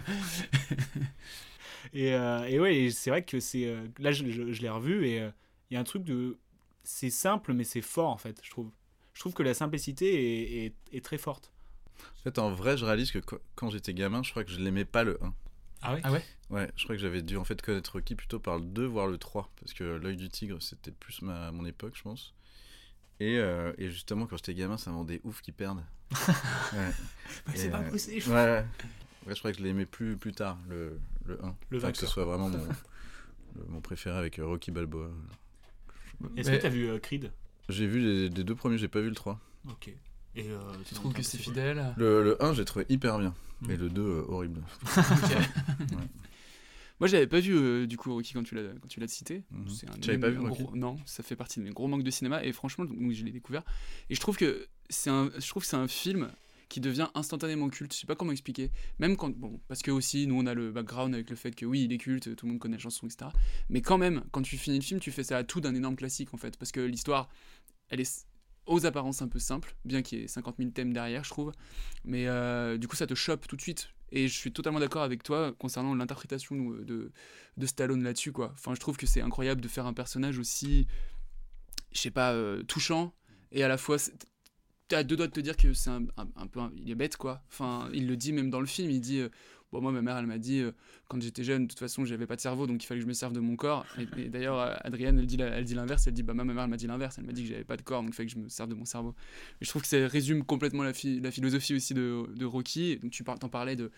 et ouais, c'est vrai que c'est. Là, je l'ai revu. Et il y a un truc de. C'est simple, mais c'est fort, en fait, je trouve. Je trouve que la simplicité est très forte. En fait, en vrai, je réalise que quand j'étais gamin, je crois que je l'aimais pas le 1. Ah ouais ? Ah ouais ? Ouais, je crois que j'avais dû en fait connaître Rocky plutôt par le 2, voire le 3. Parce que L'Œil du Tigre, c'était plus mon époque, je pense. Et justement, quand j'étais gamin, ça me rendait ouf qu'ils perdent. Ouais. C'est pas possible. Ouais. Ouais, je crois que je l'aimais plus tard, le 1. Le vainqueur. Que ce soit vraiment mon préféré avec Rocky Balboa. Est-ce que t'as vu Creed ? J'ai vu les 2 premiers, j'ai pas vu le 3. Ok. Et tu trouves que c'est fidèle ? Le 1, j'ai trouvé hyper bien. Mais le 2, horrible. Okay. Ouais. Moi, j'avais pas vu du coup Rocky quand tu l'as cité. Tu avais pas vu Rocky ? Non, ça fait partie de mes gros manques de cinéma. Et franchement, je l'ai découvert. Et je trouve que c'est un film qui devient instantanément culte. Je sais pas comment expliquer. Même quand, parce que aussi, nous, on a le background avec le fait que oui, il est culte, tout le monde connaît la chanson, etc. Mais quand même, quand tu finis le film, tu fais ça à tout d'un énorme classique, en fait. Parce que l'histoire, elle est aux apparences un peu simples, bien qu'il y ait 50 000 thèmes derrière, je trouve. Mais du coup, ça te chope tout de suite. Et je suis totalement d'accord avec toi concernant l'interprétation de Stallone là-dessus, quoi. Enfin, je trouve que c'est incroyable de faire un personnage aussi, je sais pas, touchant, et à la fois... T'as 2 doigts de te dire que c'est un peu il est bête, quoi. Enfin, il le dit même dans le film, il dit moi ma mère elle m'a dit quand j'étais jeune, de toute façon j'avais pas de cerveau, donc il fallait que je me serve de mon corps, et d'ailleurs Adrienne elle dit l'inverse, elle dit ma mère elle m'a dit l'inverse, elle m'a dit que j'avais pas de corps, donc il fallait que je me serve de mon cerveau. Et je trouve que ça résume complètement la philosophie aussi de Rocky. Donc t'en parlais de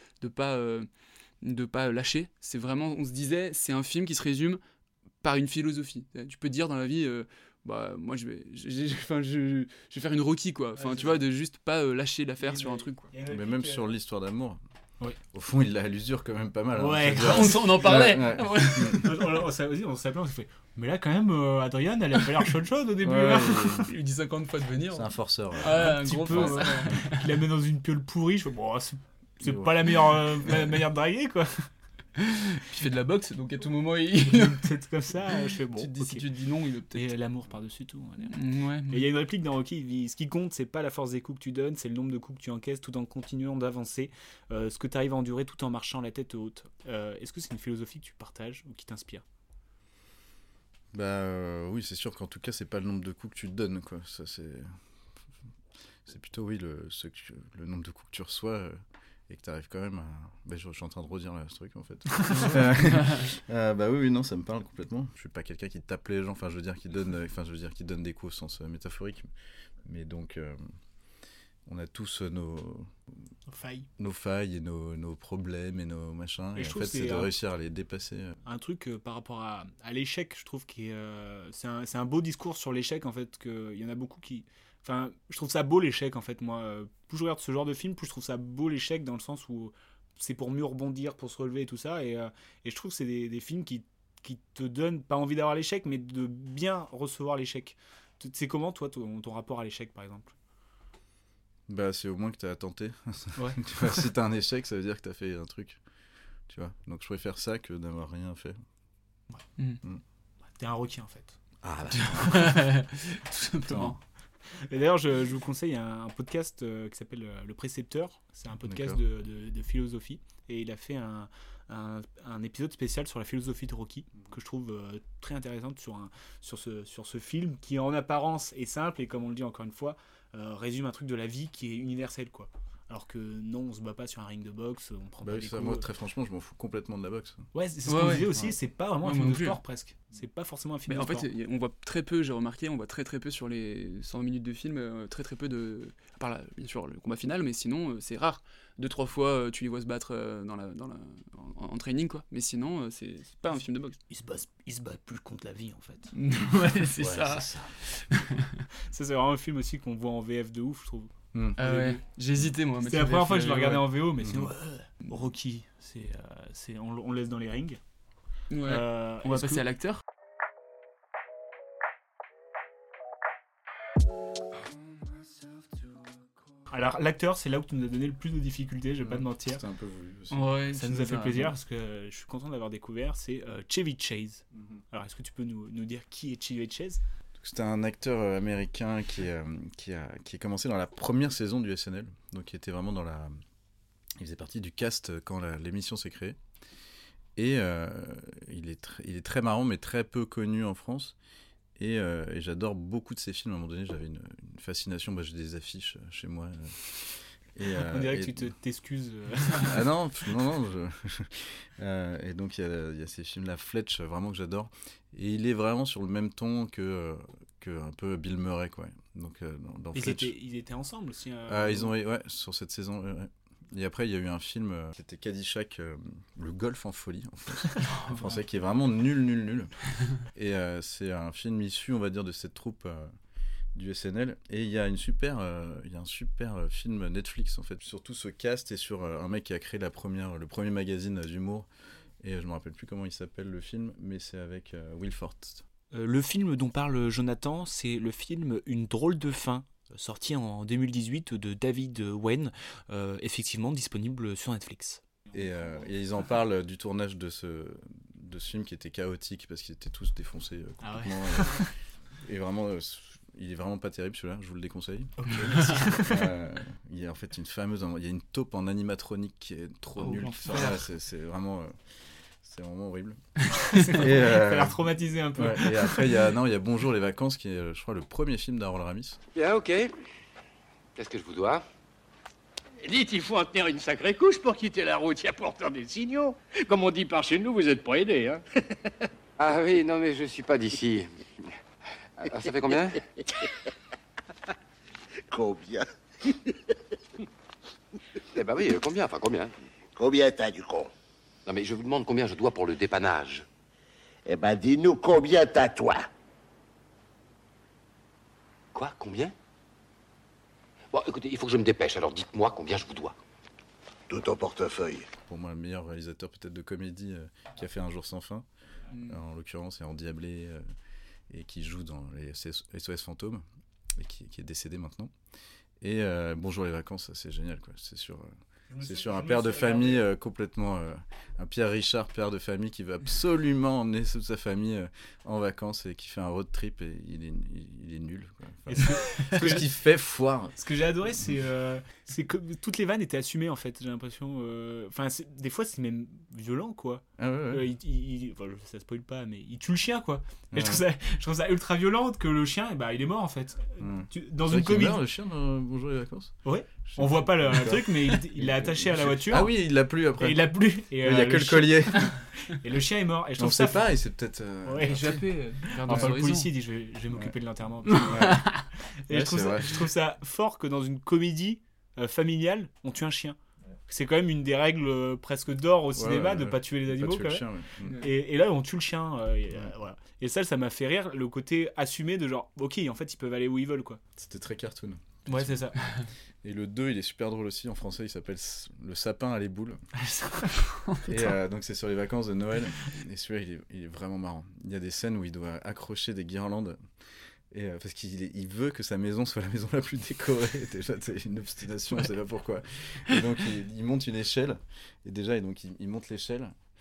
pas lâcher. C'est vraiment, on se disait, c'est un film qui se résume par une philosophie. Tu peux dire dans la vie moi je vais faire une Rocky, quoi. Enfin, tu vois, de juste pas lâcher l'affaire sur un truc, quoi. Mais même sur l'histoire d'amour, ouais. Au fond, il l'a à l'usure quand même pas mal. Ouais, on en parlait. Ouais. On s'appelait, on s'est fait. Mais là, quand même, Adrienne, elle a pas l'air chaude au début. Ouais, il lui dit 50 fois de venir. C'est un forceur. Ouais. Un petit gros peu. forceur. Il la met dans une piole pourrie. Je fais, c'est pas la meilleure manière de draguer, quoi. Il fait de la boxe, donc à tout moment il peut-être comme ça. Je fais tu te dis, si tu te dis non, il est peut-être. Et l'amour par-dessus tout. Ouais. Et il y a une réplique dans Rocky, il dit, ce qui compte, c'est pas la force des coups que tu donnes, c'est le nombre de coups que tu encaisses tout en continuant d'avancer, ce que tu arrives à endurer tout en marchant la tête haute. Est-ce que c'est une philosophie que tu partages ou qui t'inspire ? Oui, c'est sûr qu'en tout cas, c'est pas le nombre de coups que tu te donnes, quoi. Ça, c'est plutôt le nombre de coups que tu reçois. Et que tu arrives quand même à... je suis en train de redire ce truc, en fait. Oui, non, ça me parle complètement. Je suis pas quelqu'un qui tape les gens, qui donne des coups au sens métaphorique. Mais donc, on a tous nos failles et nos problèmes et nos machins. Et en fait, c'est de réussir à les dépasser. Un truc par rapport à l'échec, je trouve que c'est un beau discours sur l'échec, en fait, qu'il y en a beaucoup qui... Enfin, je trouve ça beau l'échec, en fait, moi. Plus je regarde ce genre de film, plus je trouve ça beau l'échec, dans le sens où c'est pour mieux rebondir, pour se relever et tout ça. Et je trouve que c'est des films qui te donnent pas envie d'avoir l'échec, mais de bien recevoir l'échec. C'est comment, toi, ton rapport à l'échec, par exemple ? C'est au moins que t'as tenté. Ouais. Si t'as un échec, ça veut dire que t'as fait un truc. Tu vois ? Donc je préfère ça que d'avoir rien fait. Ouais. T'es un Rocky, en fait. Ah, tout simplement. Et d'ailleurs, je vous conseille un podcast qui s'appelle Le Précepteur. C'est un podcast de philosophie. Et il a fait un épisode spécial sur la philosophie de Rocky, que je trouve très intéressante sur ce film qui, en apparence, est simple et, comme on le dit encore une fois, résume un truc de la vie qui est universel, quoi. Alors que non, on se bat pas sur un ring de boxe, on prend pas des coups. Moi, très franchement, je m'en fous complètement de la boxe. Ouais, c'est ce qu'on disait aussi, c'est pas vraiment un film de sport presque. C'est pas forcément un film de sport. En fait, on voit très peu, j'ai remarqué, on voit très peu sur les 100 minutes de film, très peu de... À part, bien sûr, le combat final, mais sinon, c'est rare. 2-3 fois, tu les vois se battre en training, quoi. Mais sinon, c'est pas un film de boxe. Ils se battent plus contre la vie, en fait. Ouais, c'est ça. Ça, c'est vraiment un film aussi qu'on voit en VF de ouf, je trouve. Ah ouais, j'ai hésité moi. C'était la première fois que je le regardais en VO, mais sinon Rocky, on le laisse dans les rings. Ouais. On va passer à l'acteur. Alors l'acteur, c'est là où tu nous as donné le plus de difficultés, je vais pas te mentir. C'était un peu voulu aussi. Ouais, ça nous a fait plaisir parce que je suis content d'avoir découvert. C'est Chevy Chase. Alors est-ce que tu peux nous dire qui est Chevy Chase? C'était un acteur américain qui a commencé dans la première saison du SNL. Donc il était vraiment il faisait partie du cast quand l'émission s'est créée. Et il est très marrant, mais très peu connu en France. Et j'adore beaucoup de ses films. À un moment donné, j'avais une fascination. J'ai des affiches chez moi. On dirait que tu t'excuses. Ah non. Et donc il y a ces films-là, Fletch, vraiment que j'adore. Et il est vraiment sur le même ton que un peu Bill Murray, quoi. Donc dans Fletch. Ils étaient ensemble aussi. Ils ont sur cette saison. Ouais. Et après, il y a eu un film, c'était Caddyshack, le golf en folie, en français, qui est vraiment nul. Et c'est un film issu, on va dire, de cette troupe du SNL. Et il y a un super film Netflix, en fait, sur tout ce cast et sur un mec qui a créé le premier magazine d'humour. Et je me rappelle plus comment il s'appelle le film, mais c'est avec Will Forte. Le film dont parle Jonathan, c'est le film Une drôle de fin, sorti en 2018 de David Wain, effectivement disponible sur Netflix. Et ils en parlent du tournage de ce film qui était chaotique parce qu'ils étaient tous défoncés complètement. Ah ouais. Et vraiment, il est vraiment pas terrible celui-là, je vous le déconseille. Ok, merci. Il y a en fait il y a une taupe en animatronique qui est trop nulle. C'est vraiment horrible. Ça a l'air traumatisé un peu. Ouais, et après, il y a Bonjour les vacances, qui est, je crois, le premier film d'Harold Ramis. Bien, ok. Qu'est-ce que je vous dois? Dites, il faut en tenir une sacrée couche pour quitter la route. Il y a pourtant des signaux. Comme on dit par chez nous, vous êtes pas aidés, hein. Ah oui, non, mais je suis pas d'ici. Alors, ça fait combien? Combien? Eh ben oui, combien? Enfin, combien? Combien t'as du con? Non, mais je vous demande combien je dois pour le dépannage. Eh ben, dis-nous combien t'as, toi. Quoi? Combien? Bon, écoutez, il faut que je me dépêche, alors dites-moi combien je vous dois. Tout ton portefeuille. Pour moi, le meilleur réalisateur peut-être de comédie qui a fait Un jour sans fin, en l'occurrence, et Endiablé, et qui joue dans les SOS Fantômes, et qui est décédé maintenant. Et Bonjour les vacances, c'est génial, quoi. C'est sur un père de famille complètement... un Pierre Richard, père de famille, qui veut absolument emmener toute sa famille en vacances et qui fait un road trip et il est nul, quoi. Enfin, tout ce qu'il fait foire. Ce que j'ai adoré, c'est que toutes les vannes étaient assumées, en fait, j'ai l'impression. Enfin, des fois, c'est même violent, quoi. Ah ouais. Ça spoil pas, mais il tue le chien, quoi. Et je trouve ça ultra violent que le chien, il est mort, en fait. Dans une comédie. Meurt, le chien dans Bonjour les vacances? Ouais. On voit pas le truc, mais il l'a attaché à la voiture. Ah oui, il l'a plu après. Et il l'a plu. Il y a que le collier. Et le chien est mort. Et je trouve ça pas, il s'est peut-être échappé. Enfin, le policier dit je vais m'occuper de l'enterrement. Et je trouve ça fort que dans une comédie familiale, on tue un chien. C'est quand même une des règles presque d'or au cinéma de pas tuer les animaux. Quand même. Et là, on tue le chien. Voilà. Et ça m'a fait rire, le côté assumé de genre, ok, en fait, ils peuvent aller où ils veulent, quoi. C'était très cartoon. Ouais, c'est ça. Et le 2, il est super drôle aussi. En français, il s'appelle Le sapin à les boules. Et donc, c'est sur les vacances de Noël. Et celui-là, il est vraiment marrant. Il y a des scènes où il doit accrocher des guirlandes. Et parce qu'il veut que sa maison soit la maison la plus décorée. Déjà, c'est une obstination, on ne sait pas pourquoi. Et donc, il monte une échelle. Et déjà, il monte l'échelle.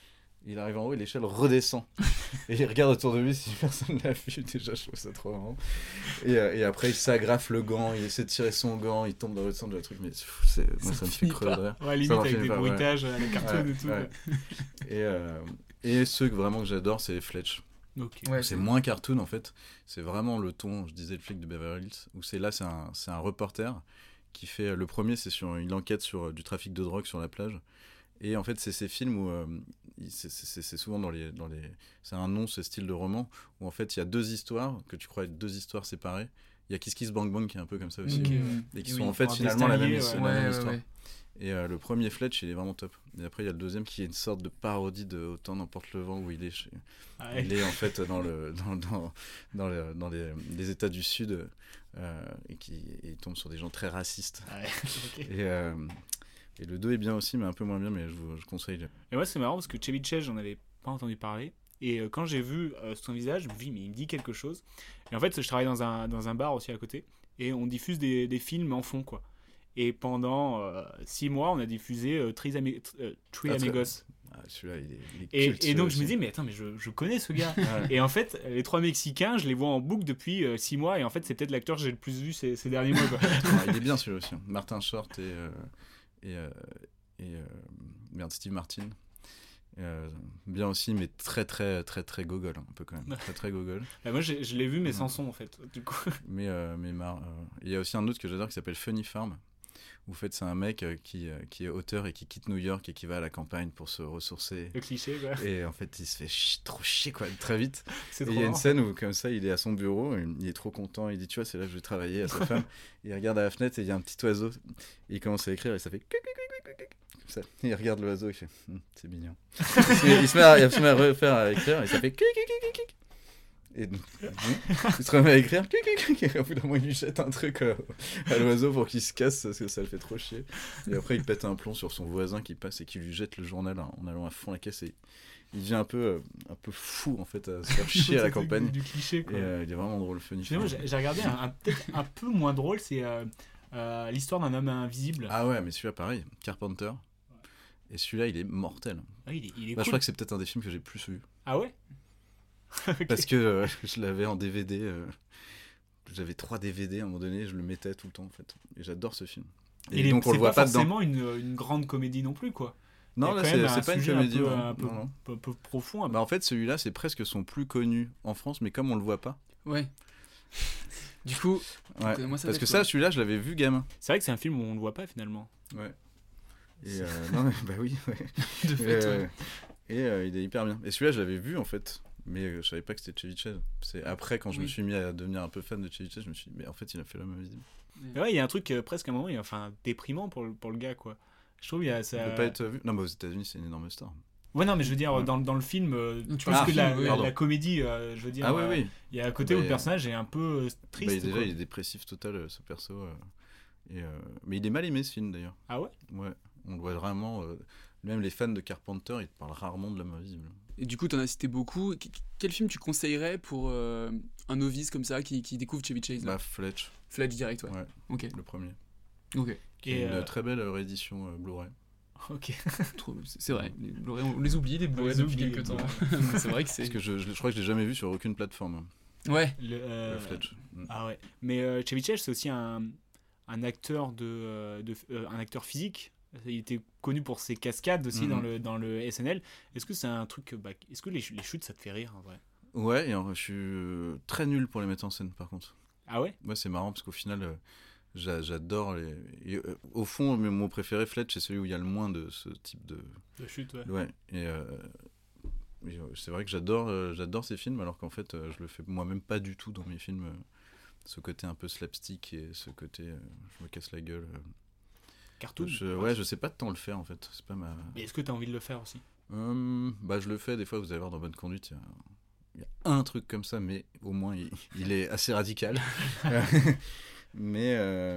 Il arrive en haut et l'échelle redescend. Et il regarde autour de lui si personne l'a vu. Déjà, je trouve ça trop marrant. Et après, il s'agrafe le gant, il essaie de tirer son gant, il tombe dans le centre de la truc. Mais moi, ça me fait crever de rire. Ouais, limite avec des bruitages à la cartoon et tout. Ouais. Et ceux que vraiment que j'adore, c'est Fletch. Okay. Ouais, c'est moins cartoon en fait. C'est vraiment le ton, je disais, le flic de Beverly Hills. Où c'est un reporter qui fait. Le premier, c'est sur une enquête sur du trafic de drogue sur la plage. Et en fait, c'est ces films où c'est souvent dans les c'est un nom, ce style de roman où en fait il y a deux histoires que tu crois être deux histoires séparées. Il y a Kiss Kiss Bang Bang qui est un peu comme ça aussi, et qui sont en fait finalement la même histoire. Ouais. Et le premier Fletch, il est vraiment top. Et après il y a le deuxième qui est une sorte de parodie de Autant n'emporte le vent où il est il est en fait dans les États du Sud et il tombe sur des gens très racistes. Et le 2 est bien aussi, mais un peu moins bien, mais je conseille. Et moi, c'est marrant parce que Chevy Chase, j'en avais pas entendu parler. Et quand j'ai vu son visage, je me dis, mais il me dit quelque chose. Et en fait, je travaille dans un bar aussi à côté. Et on diffuse des films en fond, quoi. Et pendant 6 mois, on a diffusé Three Amigos. Celui-là, il est culte. Et donc, je me dis, mais attends, mais je connais ce gars. Et en fait, les 3 Mexicains, je les vois en boucle depuis 6 mois. Et en fait, c'est peut-être l'acteur que j'ai le plus vu ces derniers mois, quoi. Il est bien celui-là aussi. Martin Short et Steve Martin. Bien aussi, mais très très très très gogol, un peu quand même. Très très gogol. Moi, je l'ai vu, mais sans son en fait. Du coup. Mais il y a aussi un autre que j'adore qui s'appelle Funny Farm. Où en fait, c'est un mec qui est auteur et qui quitte New York et qui va à la campagne pour se ressourcer. Le cliché, quoi. Et en fait, il se fait trop chier, quoi, très vite. C'est et trop il y a une marrant. scène où, comme ça, il est à son bureau, il est trop content, il dit, tu vois, c'est là que je vais travailler, à sa femme. Il regarde à la fenêtre et il y a un petit oiseau. Et il commence à écrire et ça fait... Comme ça. Il regarde l'oiseau, il fait, c'est mignon. il se met à refaire à écrire et ça fait... Et donc, il se remet à écrire et au bout d'un moment il lui jette un truc à l'oiseau pour qu'il se casse parce que ça le fait trop chier. Et après il pète un plomb sur son voisin qui passe et qui lui jette le journal en allant à fond la caisse et il devient un peu fou en fait à se faire chier à la campagne. Du cliché, quoi. Et il est vraiment drôle, funny. J'ai regardé peut-être un peu moins drôle, c'est l'histoire d'un homme invisible. Ah ouais, mais celui-là pareil, Carpenter. Et celui-là il est mortel. Ah, il est je cool. crois que c'est peut-être un des films que j'ai le plus vu. Ah ouais. Okay. Parce que je l'avais en DVD. J'avais 3 DVD à un moment donné, je le mettais tout le temps en fait. Et j'adore ce film. Et donc on le voit pas forcément une grande comédie non plus, quoi. Non, là c'est pas une comédie. Un peu profond. Bah, en fait, celui-là, c'est presque son plus connu en France, mais comme on le voit pas. Ouais. Du coup, ouais. Moi, ça parce que ça, celui-là, je l'avais vu gamin. C'est vrai que c'est un film où on le voit pas finalement. Ouais. Et non, bah oui. Ouais. De fait, ouais. Et il est hyper bien. Et celui-là, je l'avais vu en fait. Mais je savais pas que c'était Chevy Chase. C'est après, quand je me suis mis à devenir un peu fan de Chevy Chase, je me suis dit, mais en fait, il a fait L'homme invisible. Ouais, il y a un truc presque à un moment, déprimant pour le gars, quoi. Je trouve qu'il ça. Il peut pas être vu. Non, mais aux États-Unis, c'est une énorme star. Ouais, non, mais je veux dire, dans le film, plus que la comédie, je veux dire, il y a un côté où le personnage est un peu triste. Déjà, il est dépressif total, ce perso. Mais il est mal aimé, ce film, d'ailleurs. Ah ouais? Ouais, on le voit vraiment. Même les fans de Carpenter, ils parlent rarement de L'homme invisible. Et du coup, t'en as cité beaucoup. Quel film tu conseillerais pour un novice comme ça qui découvre Chevy Chase? Bah, Fletch. Fletch direct, ouais. Ok. Le premier. Ok. Qui est une très belle réédition Blu-ray. Ok. C'est vrai. Les Blu-ray, on les oublie, les Blu-ray depuis quelques temps. C'est vrai que c'est. Parce que je crois que je l'ai jamais vu sur aucune plateforme. Ouais. Le Fletch. Ah ouais. Mais Chevy Chase, c'est aussi un acteur un acteur physique. Il était connu pour ses cascades aussi dans le SNL. Est-ce que c'est un truc... est-ce que les chutes, ça te fait rire en vrai? Ouais, et je suis très nul pour les mettre en scène par contre. Ah ouais? Ouais, c'est marrant parce qu'au final, j'adore les... au fond, mon préféré, Fletch, c'est celui où il y a le moins de ce type de chute, ouais. Ouais, et c'est vrai que j'adore ces films, alors qu'en fait, je le fais moi-même pas du tout dans mes films. Ce côté un peu slapstick et ce côté je me casse la gueule... Cartoon. Je sais pas tant le faire en fait. C'est pas ma... Mais est-ce que t'as envie de le faire aussi? Je le fais des fois, vous allez voir dans Bonne Conduite, il y a un truc comme ça, mais au moins il est assez radical. mais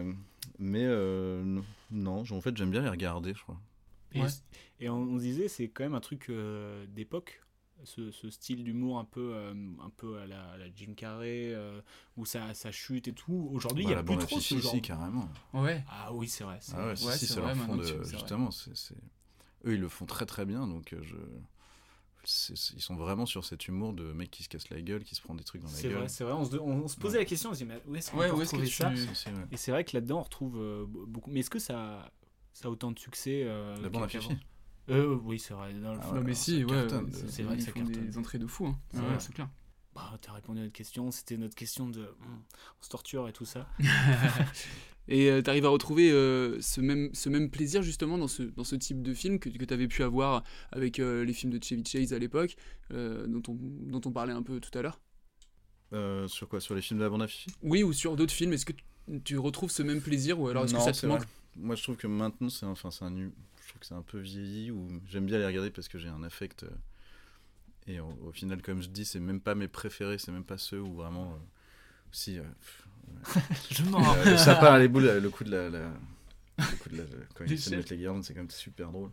non, en fait j'aime bien les regarder, je crois. Et on disait, c'est quand même un truc d'époque, ce style d'humour un peu à la Jim Carrey, où ça chute et tout. Aujourd'hui, il n'y a plus trop ce genre. Carrément. Ouais. Ah oui, c'est vrai. Ah ouais, c'est leur fond de... Justement, eux, ils le font très très bien, donc ils sont vraiment sur cet humour de mec qui se casse la gueule, qui se prend des trucs dans la gueule. C'est vrai, on se posait la question, on se dit mais où est-ce qu'on peut retrouver ça Et c'est vrai que là-dedans on retrouve beaucoup. Mais est-ce que ça a autant de succès La bande à Fifi oui, c'est vrai. Dans le non, mais si, ouais, c'est vrai que ça cartonne. Des entrées de fou, hein. C'est clair. T'as répondu à notre question, c'était notre question de on se torture et tout ça. Et t'arrives à retrouver ce même plaisir justement dans ce type de film que t'avais pu avoir avec les films de Chevy Chase à l'époque, dont on parlait un peu tout à l'heure. Sur quoi ? Sur les films de la bande à Fifi ? Oui, ou sur d'autres films. Est-ce que tu retrouves ce même plaisir ou alors est-ce que ça te manque ? Moi je trouve que maintenant je trouve que c'est un peu vieilli, ou j'aime bien les regarder parce que j'ai un affect. Et au final, comme je dis, c'est même pas mes préférés, c'est même pas ceux où vraiment. Si. Je m'en le sapin, les boules, le coup de la quand ils essaient de mettre les guirlandes, c'est quand même super drôle.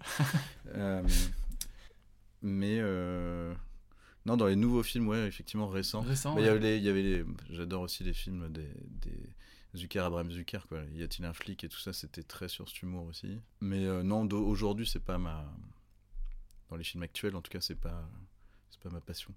Mais non, dans les nouveaux films, ouais, effectivement récents. Mais il y avait j'adore aussi les films des Zucker, Abraham Zucker, quoi. Y a-t-il un flic et tout ça, c'était très sur cet humour aussi. Mais non, aujourd'hui, c'est pas dans les films actuels, en tout cas, c'est pas ma passion.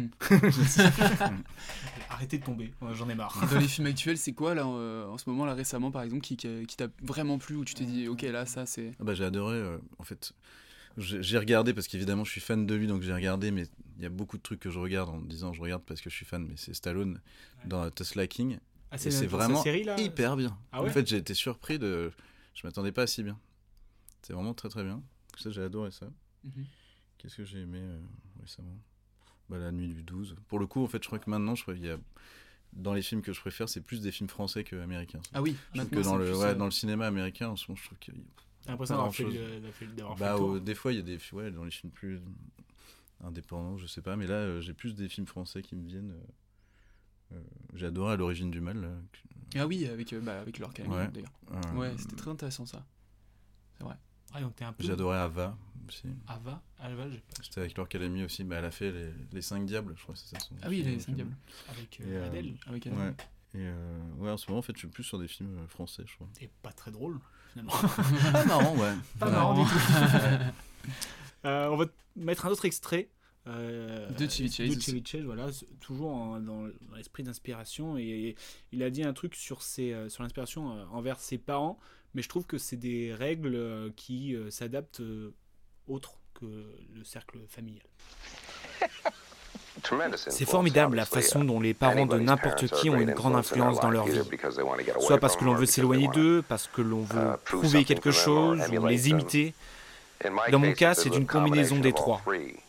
Arrêtez de tomber, j'en ai marre. Dans les films actuels, c'est quoi là en ce moment là récemment par exemple qui t'a vraiment plu, où tu t'es dit ok là ça c'est. J'ai adoré en fait. J'ai regardé parce qu'évidemment je suis fan de lui, donc j'ai regardé, mais il y a beaucoup de trucs que je regarde en disant je regarde parce que je suis fan, mais c'est Stallone dans Tesla King. C'est vraiment série, là, hyper bien. En fait j'ai été surpris je m'attendais pas à si bien. C'est vraiment très très bien. Ça j'ai adoré ça. Qu'est-ce que j'ai aimé récemment? La nuit du 12. Pour le coup, en fait, je crois que maintenant, dans les films que je préfère, c'est plus des films français qu'américains. Ah oui, je trouve que dans le cinéma américain, en ce moment, je trouve qu'il y a. T'as l'impression d'avoir fait le tour. Des fois, il y a des. Ouais, dans les films plus indépendants, je sais pas, mais là, j'ai plus des films français qui me viennent. J'ai adoré À l'origine du mal. Là. Ah oui, avec Laure Calamy, d'ailleurs. Ouais, c'était très intéressant, ça. C'est vrai. Ah, donc t'es un peu... J'ai adoré Ava aussi. Ava, j'ai pas... C'était avec Laure Calamy aussi. Elle a fait les 5 diables, je crois que c'est ça. Les 5 diables. Avec Adèle. Ouais. Et en ce moment, en fait, je suis plus sur des films français, je crois. Et pas très drôle, finalement. Pas marrant, ouais. Pas marrant du tout. On va mettre un autre extrait. De Chevy Chase, voilà, toujours dans l'esprit d'inspiration, et il a dit un truc sur l'inspiration envers ses parents, mais je trouve que c'est des règles qui s'adaptent autres que le cercle familial. C'est formidable la façon dont les parents de n'importe qui ont une grande influence dans leur vie. Soit parce que l'on veut s'éloigner d'eux, parce que l'on veut prouver quelque chose, ou les imiter. Dans mon cas, c'est une combinaison des trois.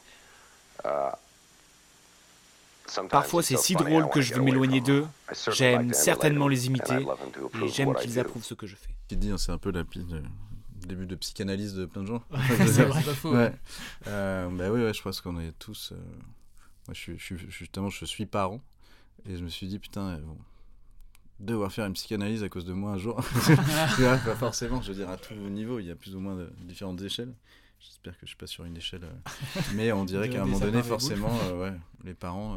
Parfois c'est si drôle que je veux m'éloigner d'eux, j'aime certainement les imiter, et j'aime qu'ils approuvent ce que je fais. Ce qu'il dit, c'est un peu le début de psychanalyse de plein de gens. C'est pas faux. Ouais. Oui, je pense qu'on est tous... Moi, je suis parent, et je me suis dit, putain, devoir faire une psychanalyse à cause de moi un jour. Pas forcément, je veux dire, à tout niveau, il y a plus ou moins de différentes échelles. J'espère que je suis pas sur une échelle, mais on dirait qu'à un moment donné, forcément, les parents,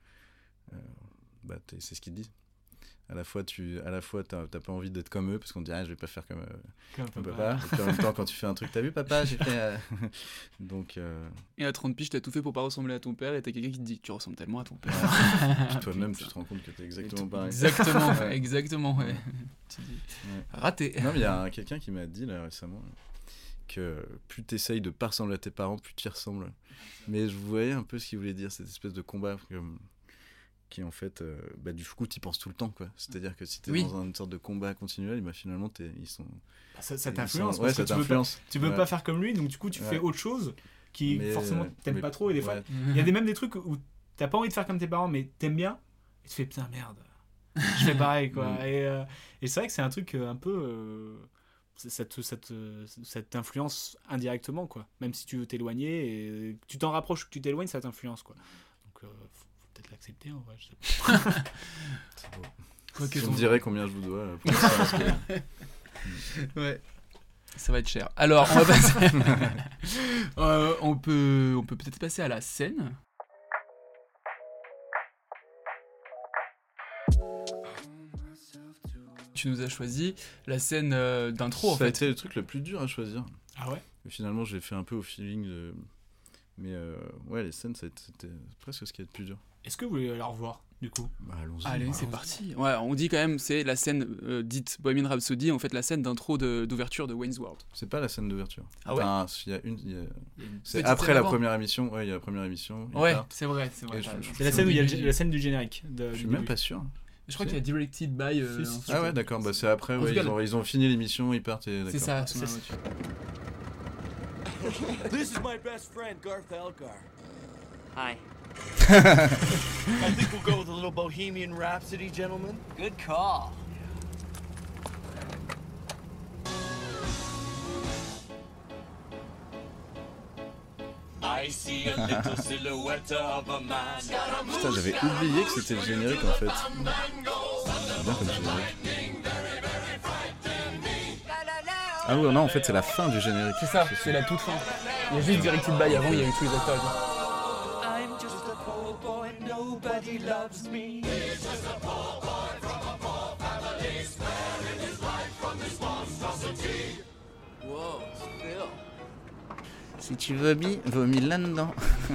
c'est ce qu'ils disent. À la fois, t'as pas envie d'être comme eux parce qu'on dit je vais pas faire comme papa. Et puis en même temps, quand tu fais un truc, t'as vu papa, j'ai fait. Donc. Et à 30 piges, t'as tout fait pour pas ressembler à ton père, et t'as quelqu'un qui te dit tu ressembles tellement à ton père. Puis toi-même, tu te rends compte que t'es exactement pareil. Exactement, ouais. Tu dis raté. Non, mais il y a quelqu'un qui m'a dit là récemment que plus t'essayes de pas ressembler à tes parents, plus tu y ressembles. Mais je voyais un peu ce qu'il voulait dire, cette espèce de combat qui en fait, du coup, t'y penses tout le temps, quoi. C'est-à-dire que si t'es dans une sorte de combat continuel, finalement, ils sont... Ça t'influence, parce que tu veux pas faire comme lui, donc du coup, tu fais autre chose qui, forcément, t'aimes pas trop, et des fois, il y a même des trucs où t'as pas envie de faire comme tes parents, mais t'aimes bien, et tu fais, putain, merde, je fais pareil, quoi. Et c'est vrai que c'est un truc un peu... ça t'influence indirectement, quoi. Même si tu veux t'éloigner, et tu t'en rapproches ou tu t'éloignes, ça t'influence, quoi. Donc, faut peut-être l'accepter, en vrai, je sais pas. C'est beau. Je me dirais combien je vous dois pour ça, parce que... Ouais. Ça va être cher. Alors, on va passer... on peut peut-être passer à la scène. Tu nous as choisi la scène d'intro, en fait. Ça a été le truc le plus dur à choisir. Ah ouais? Et finalement, j'ai fait un peu au feeling Mais ouais, les scènes, c'était presque ce qui est le plus dur. Est-ce que vous voulez la revoir, du coup ? Bah, allons-y. Allez, c'est parti. Ouais, on dit quand même, c'est la scène dite Bohemian Rhapsody, en fait, la scène d'intro d'ouverture de Wayne's World. C'est pas la scène d'ouverture. Ah ouais. Enfin, c'est après la première émission. Ouais, il y a la première émission. Ouais, c'est vrai. C'est la scène où il y a la scène du générique. Je suis même pas sûr. Je crois qu'il y a Directed by. Ah ouais, d'accord. Bah, c'est après. Ouais, ils ont fini l'émission, ils partent. Et, c'est ça. C'est ça. This is my best friend, Garth Algar. Hi. I think we'll go with a little Bohemian Rhapsody, gentlemen. Good call. I see a little silhouette of a man. Putain, j'avais oublié que c'était le générique en fait. C'est bien comme générique. Ah oui, non, en fait, c'est la fin du générique. C'est ça, c'est la toute fin. Il y a juste Directed by avant, il y a eu tous les acteurs. I'm just a poor boy, nobody loves me. He's just a poor boy from a poor family, sparing his life from this monstrosity. Whoa, Phil. Si tu vomis là-dedans.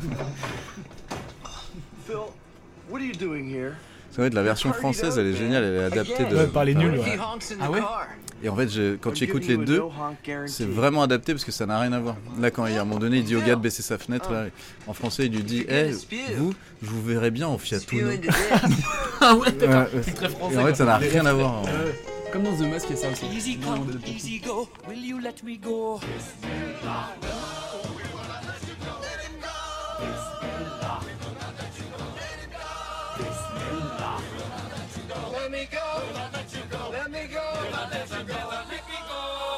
Phil, what are you doing here? C'est vrai, la version française, elle est géniale, elle est adaptée par les nuls. He honks in the car. Et en fait, quand tu écoutes les deux, c'est vraiment adapté parce que ça n'a rien à voir. Là, quand il y a un moment donné, il dit au gars de baisser sa fenêtre, là, en français, il lui dit vous, je vous verrai bien en Fiat Uno. Ah ouais, d'accord. C'est très français. Et en fait, ça n'a rien à voir. Comme dans The Mask, il y a ça aussi. Easy come, easy go, will you let me go? Let me go, let me go, let me go, let me go.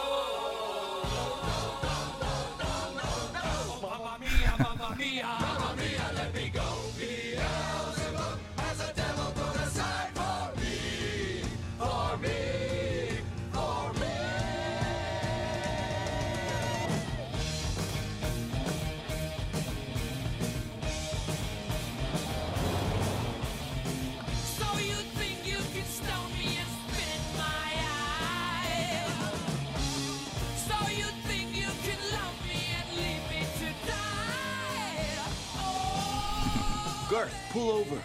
Mamma mia, mamma mia, mamma mia, let me go. Beelzebub has a devil put aside for me, for me, for me. So you think you can stone me and spit in my eye? So you think you can love me and leave me to die? Oh. Garth, pull over.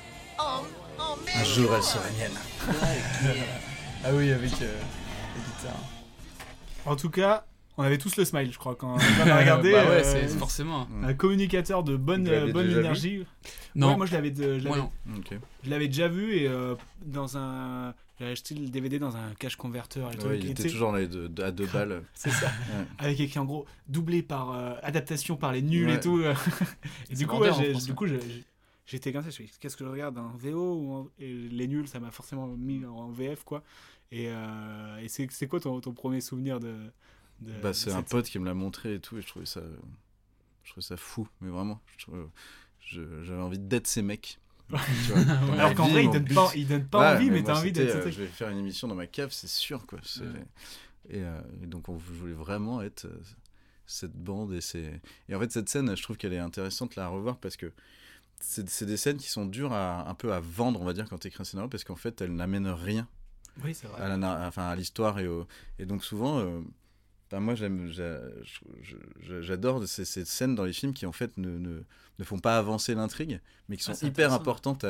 Un jour, elle sera mienne. Ah oui, avec la guitare. En tout cas, on avait tous le smile, je crois, quand on a regardé. Bah ouais, c'est forcément. Un communicateur de bonne énergie. Vu non. Ouais, moi je l'avais Je l'avais déjà vu et dans un. J'avais acheté le DVD dans un cache converteur. Ouais, il était toujours à 2 balles. C'est ça. Ouais. Avec écrit en gros doublé par adaptation par les nuls et tout. Et du coup, j'étais comme ça. Je me suis dit, qu'est-ce que je regarde, en VO et les nuls, ça m'a forcément mis en VF quoi. Et c'est quoi ton premier souvenir de c'est un pote qui me l'a montré et tout, et je trouvais ça fou, mais vraiment. J'avais envie d'être ces mecs. Tu vois, alors qu'en vrai, il donne pas envie, mais t'as envie d'être ces mecs. Je vais faire une émission dans ma cave, c'est sûr, quoi. Et donc, je voulais vraiment être cette bande. Et en fait, cette scène, je trouve qu'elle est intéressante à revoir parce que c'est des scènes qui sont dures un peu à vendre, on va dire, quand tu écris un scénario, parce qu'en fait, elles n'amènent rien. Oui, c'est vrai. À l'histoire et donc souvent moi j'adore ces scènes dans les films qui en fait ne font pas avancer l'intrigue mais qui sont hyper importantes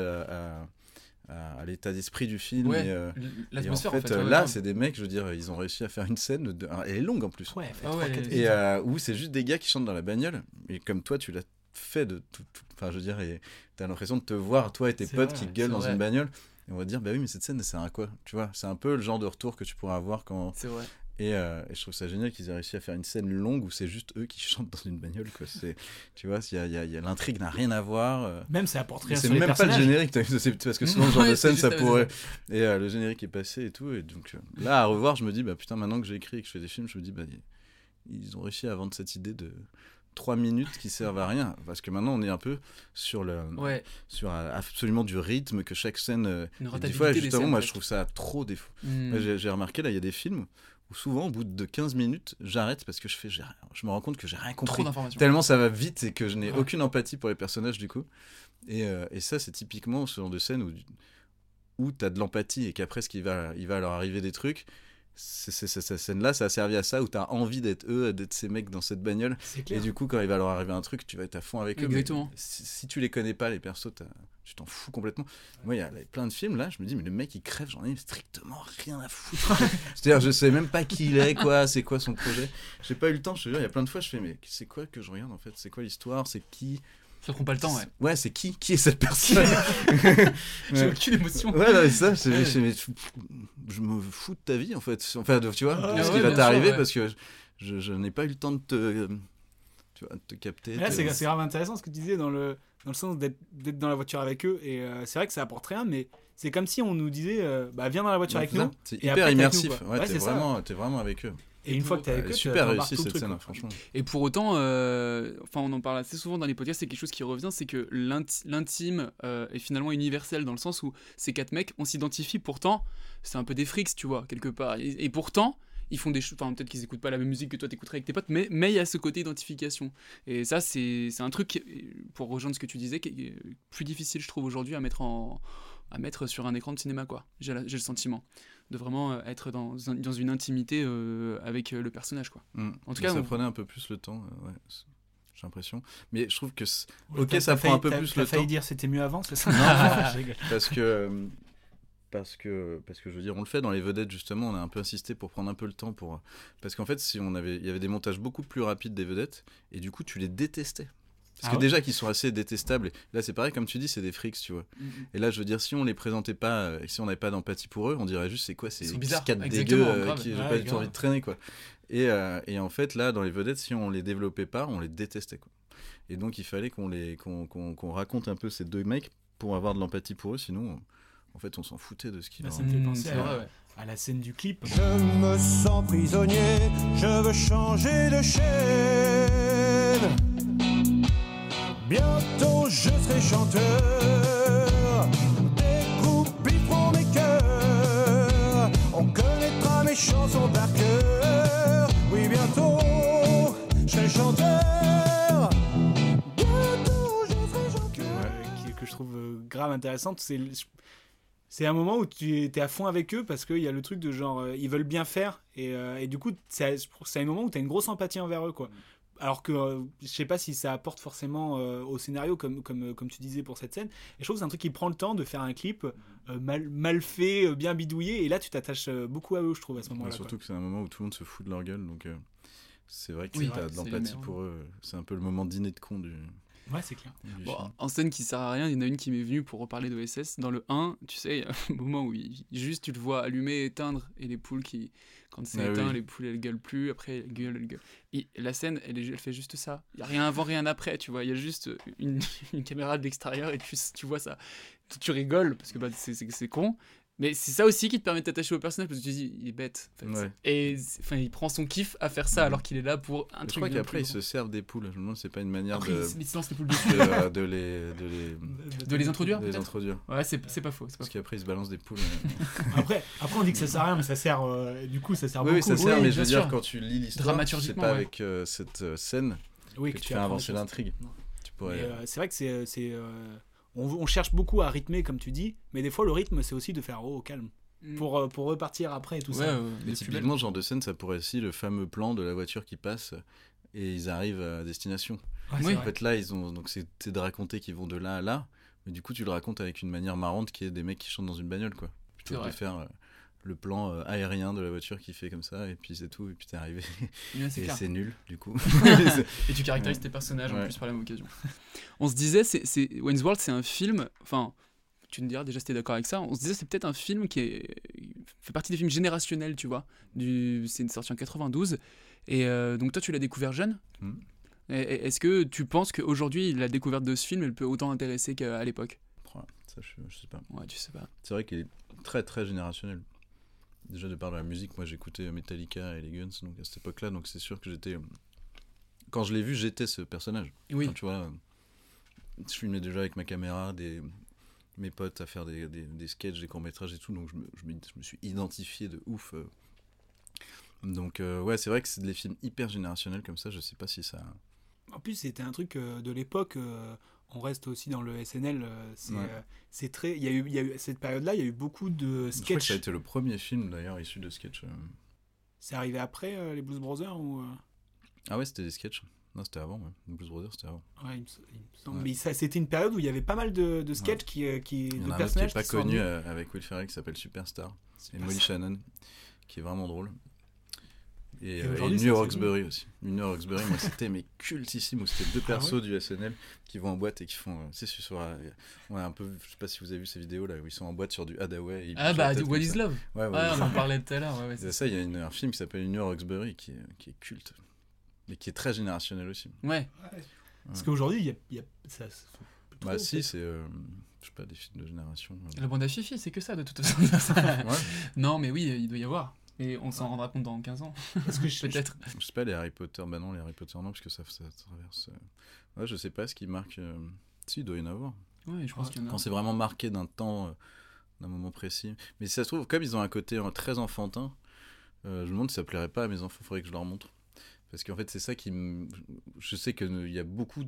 à l'état d'esprit du film. Ouais, et en fait, là c'est des mecs, je veux dire, ils ont réussi à faire une scène elle est longue en plus, où c'est juste des gars qui chantent dans la bagnole et comme toi tu l'as fait de tout, enfin je veux dire, et t'as l'impression de te voir toi et tes potes qui gueulent dans une bagnole. Et on va dire, bah oui, mais cette scène, elle sert à quoi ? Tu vois, c'est un peu le genre de retour que tu pourrais avoir quand. C'est vrai. Et je trouve ça génial qu'ils aient réussi à faire une scène longue où c'est juste eux qui chantent dans une bagnole, quoi. Tu vois, l'intrigue n'a rien à voir. Même ça apporte rien sur les personnages. C'est même pas le générique, parce que souvent, ce genre de scène, ça pourrait. Ça. Et le générique est passé et tout. Et donc là, à revoir, je me dis, bah putain, maintenant que j'ai écrit et que je fais des films, je me dis, bah ils ont réussi à vendre cette idée de 3 minutes qui servent à rien, parce que maintenant on est un peu sur absolument du rythme, que chaque scène des fois justement moi je trouve ça trop défaut. J'ai remarqué là, il y a des films où souvent au bout de 15 minutes j'arrête parce que je me rends compte que j'ai rien compris tellement ça va vite et que je n'ai aucune empathie pour les personnages du coup, et ça c'est typiquement ce genre de scène où t'as de l'empathie et qu'après il va leur arriver des trucs cette scène-là, ça a servi à ça, où t'as envie d'être eux, d'être ces mecs dans cette bagnole. Et du coup, quand il va leur arriver un truc, tu vas être à fond avec eux. Exactement. Si tu les connais pas, les persos, tu t'en fous complètement. Moi, il y a plein de films, là, je me dis, mais le mec, il crève, j'en ai strictement rien à foutre. C'est-à-dire, je sais même pas qui il est, quoi, c'est quoi son projet. J'ai pas eu le temps, je te jure, il y a plein de fois, je fais, mais c'est quoi que je regarde, en fait? C'est quoi l'histoire? C'est qui? Ça prend pas le temps, ouais. Ouais, c'est qui est cette personne? J'ai aucune émotion. Ouais, non, mais ça, je me fous de ta vie, en fait. Enfin, tu vois, de ce qui va t'arriver, parce que je n'ai pas eu le temps de te capter. Là, c'est grave intéressant ce que tu disais dans le sens d'être dans la voiture avec eux. Et c'est vrai que ça apporte rien, mais c'est comme si on nous disait viens dans la voiture avec nous. C'est hyper immersif. Ouais, t'es vraiment avec eux. Et une fois que t'es avec eux, super réussi cette scène, franchement. Et pour autant, on en parle assez souvent dans les podcasts, c'est quelque chose qui revient, c'est que l'intime est finalement universel, dans le sens où ces 4 mecs, on s'identifie, pourtant, c'est un peu des frics, tu vois, quelque part. Et pourtant, ils font des choses, enfin peut-être qu'ils écoutent pas la même musique que toi t'écouterais avec tes potes, mais il y a ce côté identification. Et ça, c'est un truc, pour rejoindre ce que tu disais, qui est plus difficile, je trouve, aujourd'hui à mettre sur un écran de cinéma, quoi. J'ai le sentiment de vraiment être dans une intimité avec le personnage, quoi. En tout cas, ça prenait un peu plus le temps, ouais, j'ai l'impression. Mais je trouve que ça prend un peu plus le temps. T'as failli dire c'était mieux avant, c'est ça? Non, parce que je veux dire, on le fait dans les vedettes, justement, on a un peu insisté pour prendre un peu le temps parce qu'en fait, il y avait des montages beaucoup plus rapides des vedettes, et du coup tu les détestais. Parce que déjà qu'ils sont assez détestables, et là c'est pareil, comme tu dis, c'est des frics, tu vois. Et là je veux dire, si on les présentait pas, si on n'avait pas d'empathie pour eux, on dirait juste c'est quoi ces 4 dégueux qui j'ai pas du tout envie de traîner, quoi. Et en fait là dans les vedettes, si on les développait pas, on les détestait, quoi. Et donc il fallait qu'on raconte un peu ces 2 mecs pour avoir de l'empathie pour eux, sinon en fait on s'en foutait de ce qu'ils Ça me fait penser à la scène du clip. Je me sens prisonnier, je veux changer de chaîne. Bientôt je serai chanteur, des groupes feront mes cœurs, on connaîtra mes chansons par cœur. Oui, bientôt je serai chanteur, bientôt je serai chanteur. Que je trouve grave intéressante, c'est un moment où tu es à fond avec eux, parce qu'il y a le truc de genre ils veulent bien faire, et du coup c'est un moment où tu as une grosse empathie envers eux, quoi. Alors que je sais pas si ça apporte forcément au scénario comme tu disais pour cette scène. Et je trouve que c'est un truc qui prend le temps de faire un clip mal fait, bien bidouillé, et là tu t'attaches beaucoup à eux, je trouve, à ce moment-là. Surtout que c'est un moment où tout le monde se fout de leur gueule, donc c'est vrai que t'as de c'est l'empathie pour eux. C'est un peu le moment dîner de con du... Ouais, c'est clair. Bon, en scène qui sert à rien, il y en a une qui m'est venue pour reparler d'OSS. Dans le 1, tu sais, il y a un moment où juste tu le vois allumer et éteindre, et les poules qui, quand c'est éteint, les poules elles gueulent plus, après elles gueulent. Et la scène, elle fait juste ça. Il n'y a rien avant, rien après, tu vois. Il y a juste une caméra de l'extérieur, et tu vois ça. Tu rigoles, parce que c'est con. Mais c'est ça aussi qui te permet de t'attacher au personnage, parce que tu te dis, il est bête. En fait. Et il prend son kiff à faire ça, alors qu'il est là pour un truc. Je crois qu'après, ils se servent des poules. Je me demande si c'est pas une manière de les introduire. Ouais, c'est pas faux. Parce qu'après, ils se balancent des poules. Après, on dit que ça sert à rien, mais ça sert. Du coup, ça sert beaucoup. Oui, ça sert, mais je veux dire, quand tu lis l'histoire, c'est pas ouais. avec cette scène que tu fais avancer l'intrigue. C'est vrai que c'est on cherche beaucoup à rythmer, comme tu dis, mais des fois le rythme c'est aussi de faire au calme pour repartir après et tout ça. Mais typiquement, ce genre de scène, ça pourrait aussi le fameux plan de la voiture qui passe et ils arrivent à destination. Ouais, en fait, là, donc c'est de raconter qu'ils vont de là à là, mais du coup, tu le racontes avec une manière marrante qui est des mecs qui chantent dans une bagnole, quoi. Plutôt que de faire le plan aérien de la voiture qui fait comme ça, et puis c'est tout, et puis t'es arrivé. Et c'est nul, du coup. Et tu caractérises tes personnages en plus par la même occasion. On se disait, Wayne's World, c'est un film, enfin, tu me diras déjà si t'es d'accord avec ça, on se disait c'est peut-être un film qui fait partie des films générationnels, tu vois. C'est une sortie en 92, et donc toi tu l'as découvert jeune. Est-ce que tu penses qu'aujourd'hui la découverte de ce film elle peut autant intéresser qu'à l'époque? Ça, je sais pas. Ouais, tu sais pas. C'est vrai qu'il est très très générationnel. Déjà de par la musique, moi j'écoutais Metallica et les Guns donc à cette époque-là, donc c'est sûr que quand je l'ai vu, j'étais ce personnage. Oui. Enfin, tu vois, je filmais déjà avec ma caméra mes potes à faire des sketchs, des courts-métrages et tout, donc je me suis identifié de ouf. Donc ouais, c'est vrai que c'est des films hyper générationnels comme ça, je sais pas si ça... En plus, c'était un truc de l'époque... On reste aussi dans le SNL. C'est très. Il y a eu cette période-là, il y a eu beaucoup de sketchs. Je crois que ça a été le premier film d'ailleurs issu de sketch. C'est arrivé après les Blues Brothers ou Ah ouais, c'était des sketchs. Non, c'était avant, ouais. Blues Brothers, c'était avant. Ouais, il me semble. Ouais. Mais c'était une période où il y avait pas mal de sketchs qui il y en a de personnages qui est pas connu avec Will Ferrell qui s'appelle Superstar. Et Molly Shannon, qui est vraiment drôle. Et New Roxbury aussi. New Roxbury, moi, c'était cultissime, où c'était deux persos du SNL qui vont en boîte et qui font. Tu sais, un peu. Je sais pas si vous avez vu ces vidéos là où ils sont en boîte sur du Hadaway. What is Love. Ouais, on en parlait tout à l'heure. Ouais, c'est ça, il y a un film qui s'appelle New Roxbury qui est culte. Et qui est très générationnel aussi. Ouais. Parce qu'aujourd'hui, il y a ça. Bah si, c'est je sais pas, des films de génération. La bande à Fifi, c'est que ça de toute façon. Ouais. Non, mais oui, il doit y avoir. Et on s'en rendra compte dans 15 ans. Parce que peut-être. Je sais pas, les Harry Potter. Bah non, les Harry Potter non, parce que ça traverse. Ouais, je sais pas ce qui marque. Si, il doit y en avoir. Ouais, je pense qu'il y en a. Quand c'est vraiment marqué d'un temps, d'un moment précis. Mais si ça se trouve, comme ils ont un côté très enfantin, je me demande si ça plairait pas à mes enfants. Il faudrait que je leur montre. Parce qu'en fait, c'est ça qui je sais qu'il y a beaucoup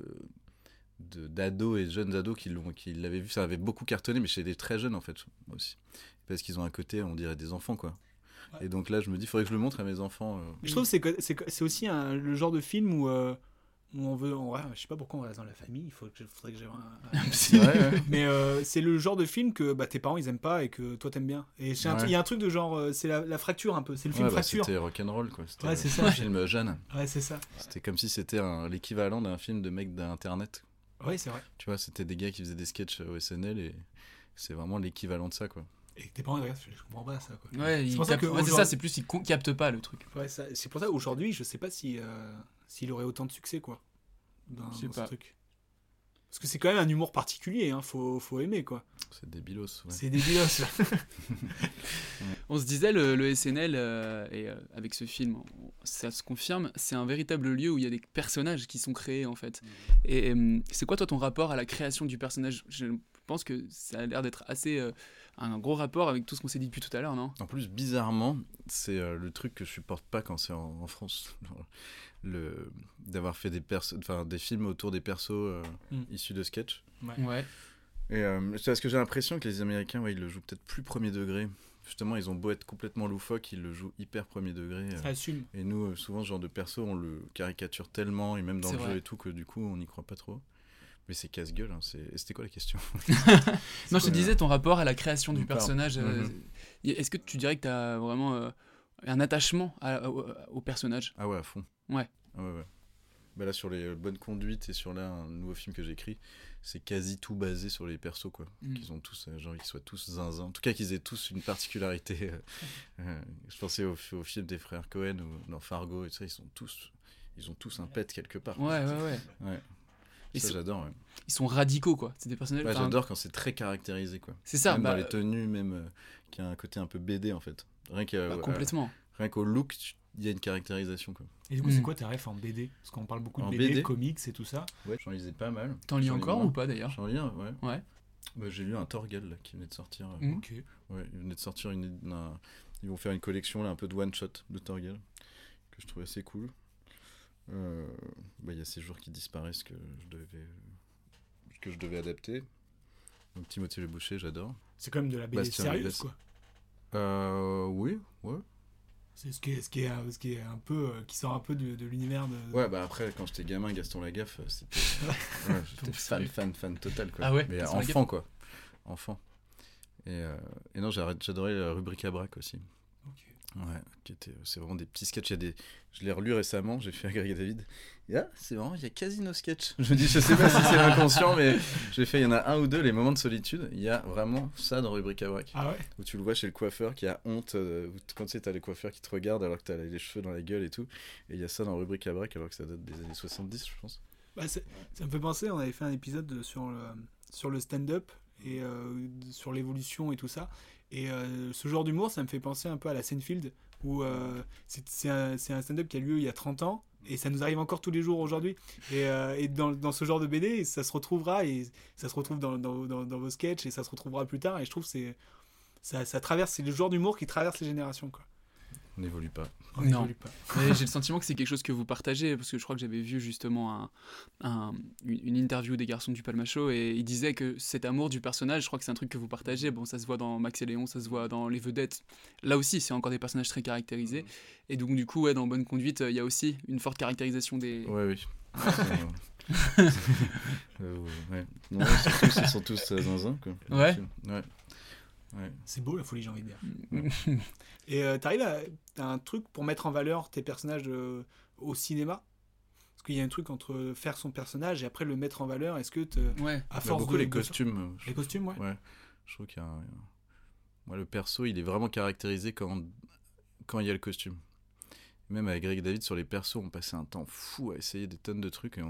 d'ados et de jeunes ados qui l'avaient vu. Ça avait beaucoup cartonné, mais chez des très jeunes, en fait, moi aussi. Parce qu'ils ont un côté, on dirait, des enfants, quoi. Ouais. Et donc là, je me dis, il faudrait que je le montre à mes enfants. Je trouve que c'est aussi le genre de film où on veut... je sais pas pourquoi on reste dans la famille, il faudrait que j'aie un psy. Ouais. Mais c'est le genre de film que tes parents, ils aiment pas et que toi, t'aimes bien. Et il y a un truc de genre... c'est la fracture, un peu. C'est le film fracture. C'était rock'n'roll, quoi. C'était c'est ça. Un film jeune. Ouais, c'est ça. C'était comme si c'était l'équivalent d'un film de mecs d'Internet. Ouais, c'est vrai. Tu vois, c'était des gars qui faisaient des sketchs au SNL et c'est vraiment l'équivalent de ça, quoi. Et tes parents, je comprends pas ça, quoi. Ouais, c'est ça, c'est plus ils captent pas le truc. Ouais, c'est pour ça qu'aujourd'hui, je sais pas s'il aurait autant de succès, quoi. Dans ce truc. Parce que c'est quand même un humour particulier, hein, faut aimer, quoi. C'est débilos. Ouais. C'est débilos. On se disait, le SNL, et avec ce film, ça se confirme, c'est un véritable lieu où il y a des personnages qui sont créés, en fait. Et c'est quoi, toi, ton rapport à la création du personnage ? Je pense que ça a l'air d'être assez... un gros rapport avec tout ce qu'on s'est dit depuis tout à l'heure, non ? En plus, bizarrement, c'est le truc que je supporte pas quand c'est en France. D'avoir fait des films autour des persos issus de sketch. Ouais. Et c'est parce que j'ai l'impression que les Américains, ils le jouent peut-être plus premier degré. Justement, ils ont beau être complètement loufoques, ils le jouent hyper premier degré. Ça assume. Et nous, souvent, ce genre de perso, on le caricature tellement, et même dans le jeu et tout, que du coup, on n'y croit pas trop. Mais c'est casse-gueule, hein. C'était quoi la question ? Non, je te disais ton rapport à la création du personnage. Est-ce que tu dirais que tu as vraiment un attachement au personnage ? Ah ouais, à fond. Ouais. Ah ouais. Bah là, sur les bonnes conduites et sur un nouveau film que j'ai écrit, c'est quasi tout basé sur les persos, quoi. Qu'ils ont tous, j'ai envie qu'ils soient tous zinzin. En tout cas, qu'ils aient tous une particularité. Je pensais au film des frères Cohen ou dans Fargo et tout ça, ils ont tous un pet quelque part. Ouais. Ça, j'adore, ouais. Ils sont radicaux, quoi. C'est des personnages. Ouais, j'adore quand c'est très caractérisé, quoi. C'est ça. Même dans les tenues, même qui a un côté un peu BD, en fait. Complètement. Rien qu'au look, il y a une caractérisation, quoi. Et du coup, c'est quoi ta ref en BD ? Parce qu'on parle beaucoup de BD, comics et tout ça. Ouais, j'en lisais pas mal. T'en lis encore ou pas, d'ailleurs ? J'en lis, ouais. Ouais. Bah, j'ai lu un Torgal, là, qui venait de sortir. Ok. Ouais, il venait de sortir ils vont faire une collection, là, un peu de one-shot de Torgal, que je trouvais assez cool. Y a ces jours qui disparaissent que je devais adapter. Donc Timothée Le Boucher, j'adore. C'est quand même de la BD sérieuse, quoi. Oui, ouais. C'est ce qui est un peu qui sort un peu de l'univers de... Ouais, bah après quand j'étais gamin, Gaston Lagaffe, j'étais fan total, quoi. Ah ouais. Mais enfant, quoi. Enfant. Et non, j'adorais la rubrique à braque aussi. Ouais, c'est vraiment des petits sketchs. Je l'ai relu récemment, j'ai fait un Greg David. Et c'est vraiment, il y a quasi nos sketchs. Je sais pas si c'est inconscient, mais il y en a un ou deux, les moments de solitude. Il y a vraiment ça dans Rubrique à braque. Ah ouais. Où tu le vois chez le coiffeur qui a honte, quand tu sais, t'as les coiffeurs qui te regardent alors que t'as les cheveux dans la gueule et tout. Et il y a ça dans Rubrique à braque alors que ça date des années 70, je pense. Ça me fait penser, on avait fait un épisode sur le stand-up et sur l'évolution et tout ça. Et ce genre d'humour, ça me fait penser un peu à la Seinfeld, où c'est un stand-up qui a lieu il y a 30 ans, et ça nous arrive encore tous les jours aujourd'hui. Et dans ce genre de BD, ça se retrouvera, et ça se retrouve dans vos sketchs, et ça se retrouvera plus tard, et je trouve que ça traverse, c'est le genre d'humour qui traverse les générations, quoi. On n'évolue pas. Non, mais j'ai le sentiment que c'est quelque chose que vous partagez, parce que je crois que j'avais vu justement une interview des garçons du Palma Show, et ils disaient que cet amour du personnage, je crois que c'est un truc que vous partagez. Bon, ça se voit dans Max et Léon, ça se voit dans Les Vedettes. Là aussi, c'est encore des personnages très caractérisés. Et donc, du coup, dans Bonne Conduite, il y a aussi une forte caractérisation des... Ouais, oui. Ouais. Non, ils sont tous zinzin, quoi. Ouais. Ouais. C'est beau la folie, j'ai envie de dire. Et t'as un truc pour mettre en valeur tes personnages au cinéma? Parce qu'il y a un truc entre faire son personnage et après le mettre en valeur. Est-ce que à force beaucoup les costumes. Les costumes, ouais. Ouais. Je trouve qu'il y a moi, le perso, il est vraiment caractérisé quand il y a le costume. Même avec Greg David sur les persos, on passait un temps fou à essayer des tonnes de trucs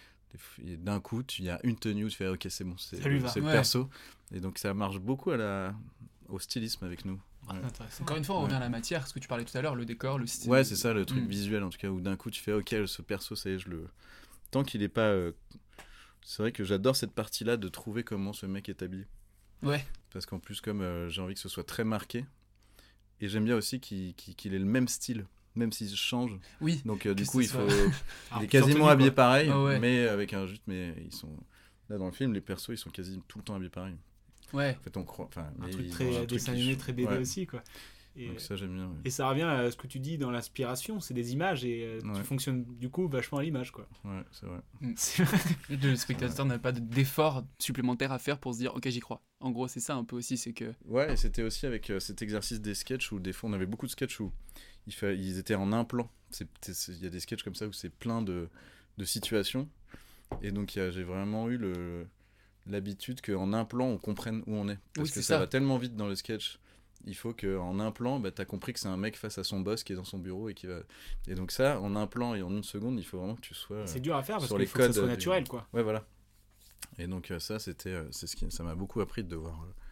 et d'un coup, il y a une tenue où tu fais ok, c'est bon, c'est le perso. Et donc ça marche beaucoup au stylisme avec nous. Ouais. Encore une fois, on revient à la matière, ce que tu parlais tout à l'heure, le décor, le style. Ouais, c'est ça, le truc visuel en tout cas, où d'un coup tu fais ok, ce perso, ça y est, tant qu'il est pas. C'est vrai que j'adore cette partie-là de trouver comment ce mec est habillé. Ouais. Parce qu'en plus, comme j'ai envie que ce soit très marqué, et j'aime bien aussi qu'il ait le même style. Même s'il change. Oui. Donc du coup, il est quasiment tenue, habillé pareil, mais avec un juste. Mais ils sont là dans le film, les persos, ils sont quasi tout le temps habillés pareil. Ouais. En fait, on croit. Enfin, un truc très dessin animé, très BD aussi, quoi. Et, donc ça, j'aime bien. Ouais. Et ça revient à ce que tu dis dans l'inspiration, c'est des images et tu fonctionnes du coup vachement à l'image, quoi. Ouais, c'est vrai. Le spectateur n'a pas d'effort supplémentaire à faire pour se dire ok, j'y crois. En gros, c'est ça un peu aussi, c'est que. Ouais, et c'était aussi avec cet exercice des sketchs où des fois on avait beaucoup de sketchs où ils étaient en un plan. Il y a des sketchs comme ça où c'est plein de situations. Et donc j'ai vraiment eu l'habitude qu'en un plan, on comprenne où on est. Parce que ça va tellement vite dans le sketch. Il faut qu'en un plan, t'as compris que c'est un mec face à son boss qui est dans son bureau et qui va... Et donc ça, en un plan et en une seconde, il faut vraiment que tu sois... C'est dur à faire parce qu'il faut que ça soit naturel, quoi. Ouais, voilà. Et donc ça, ça m'a beaucoup appris de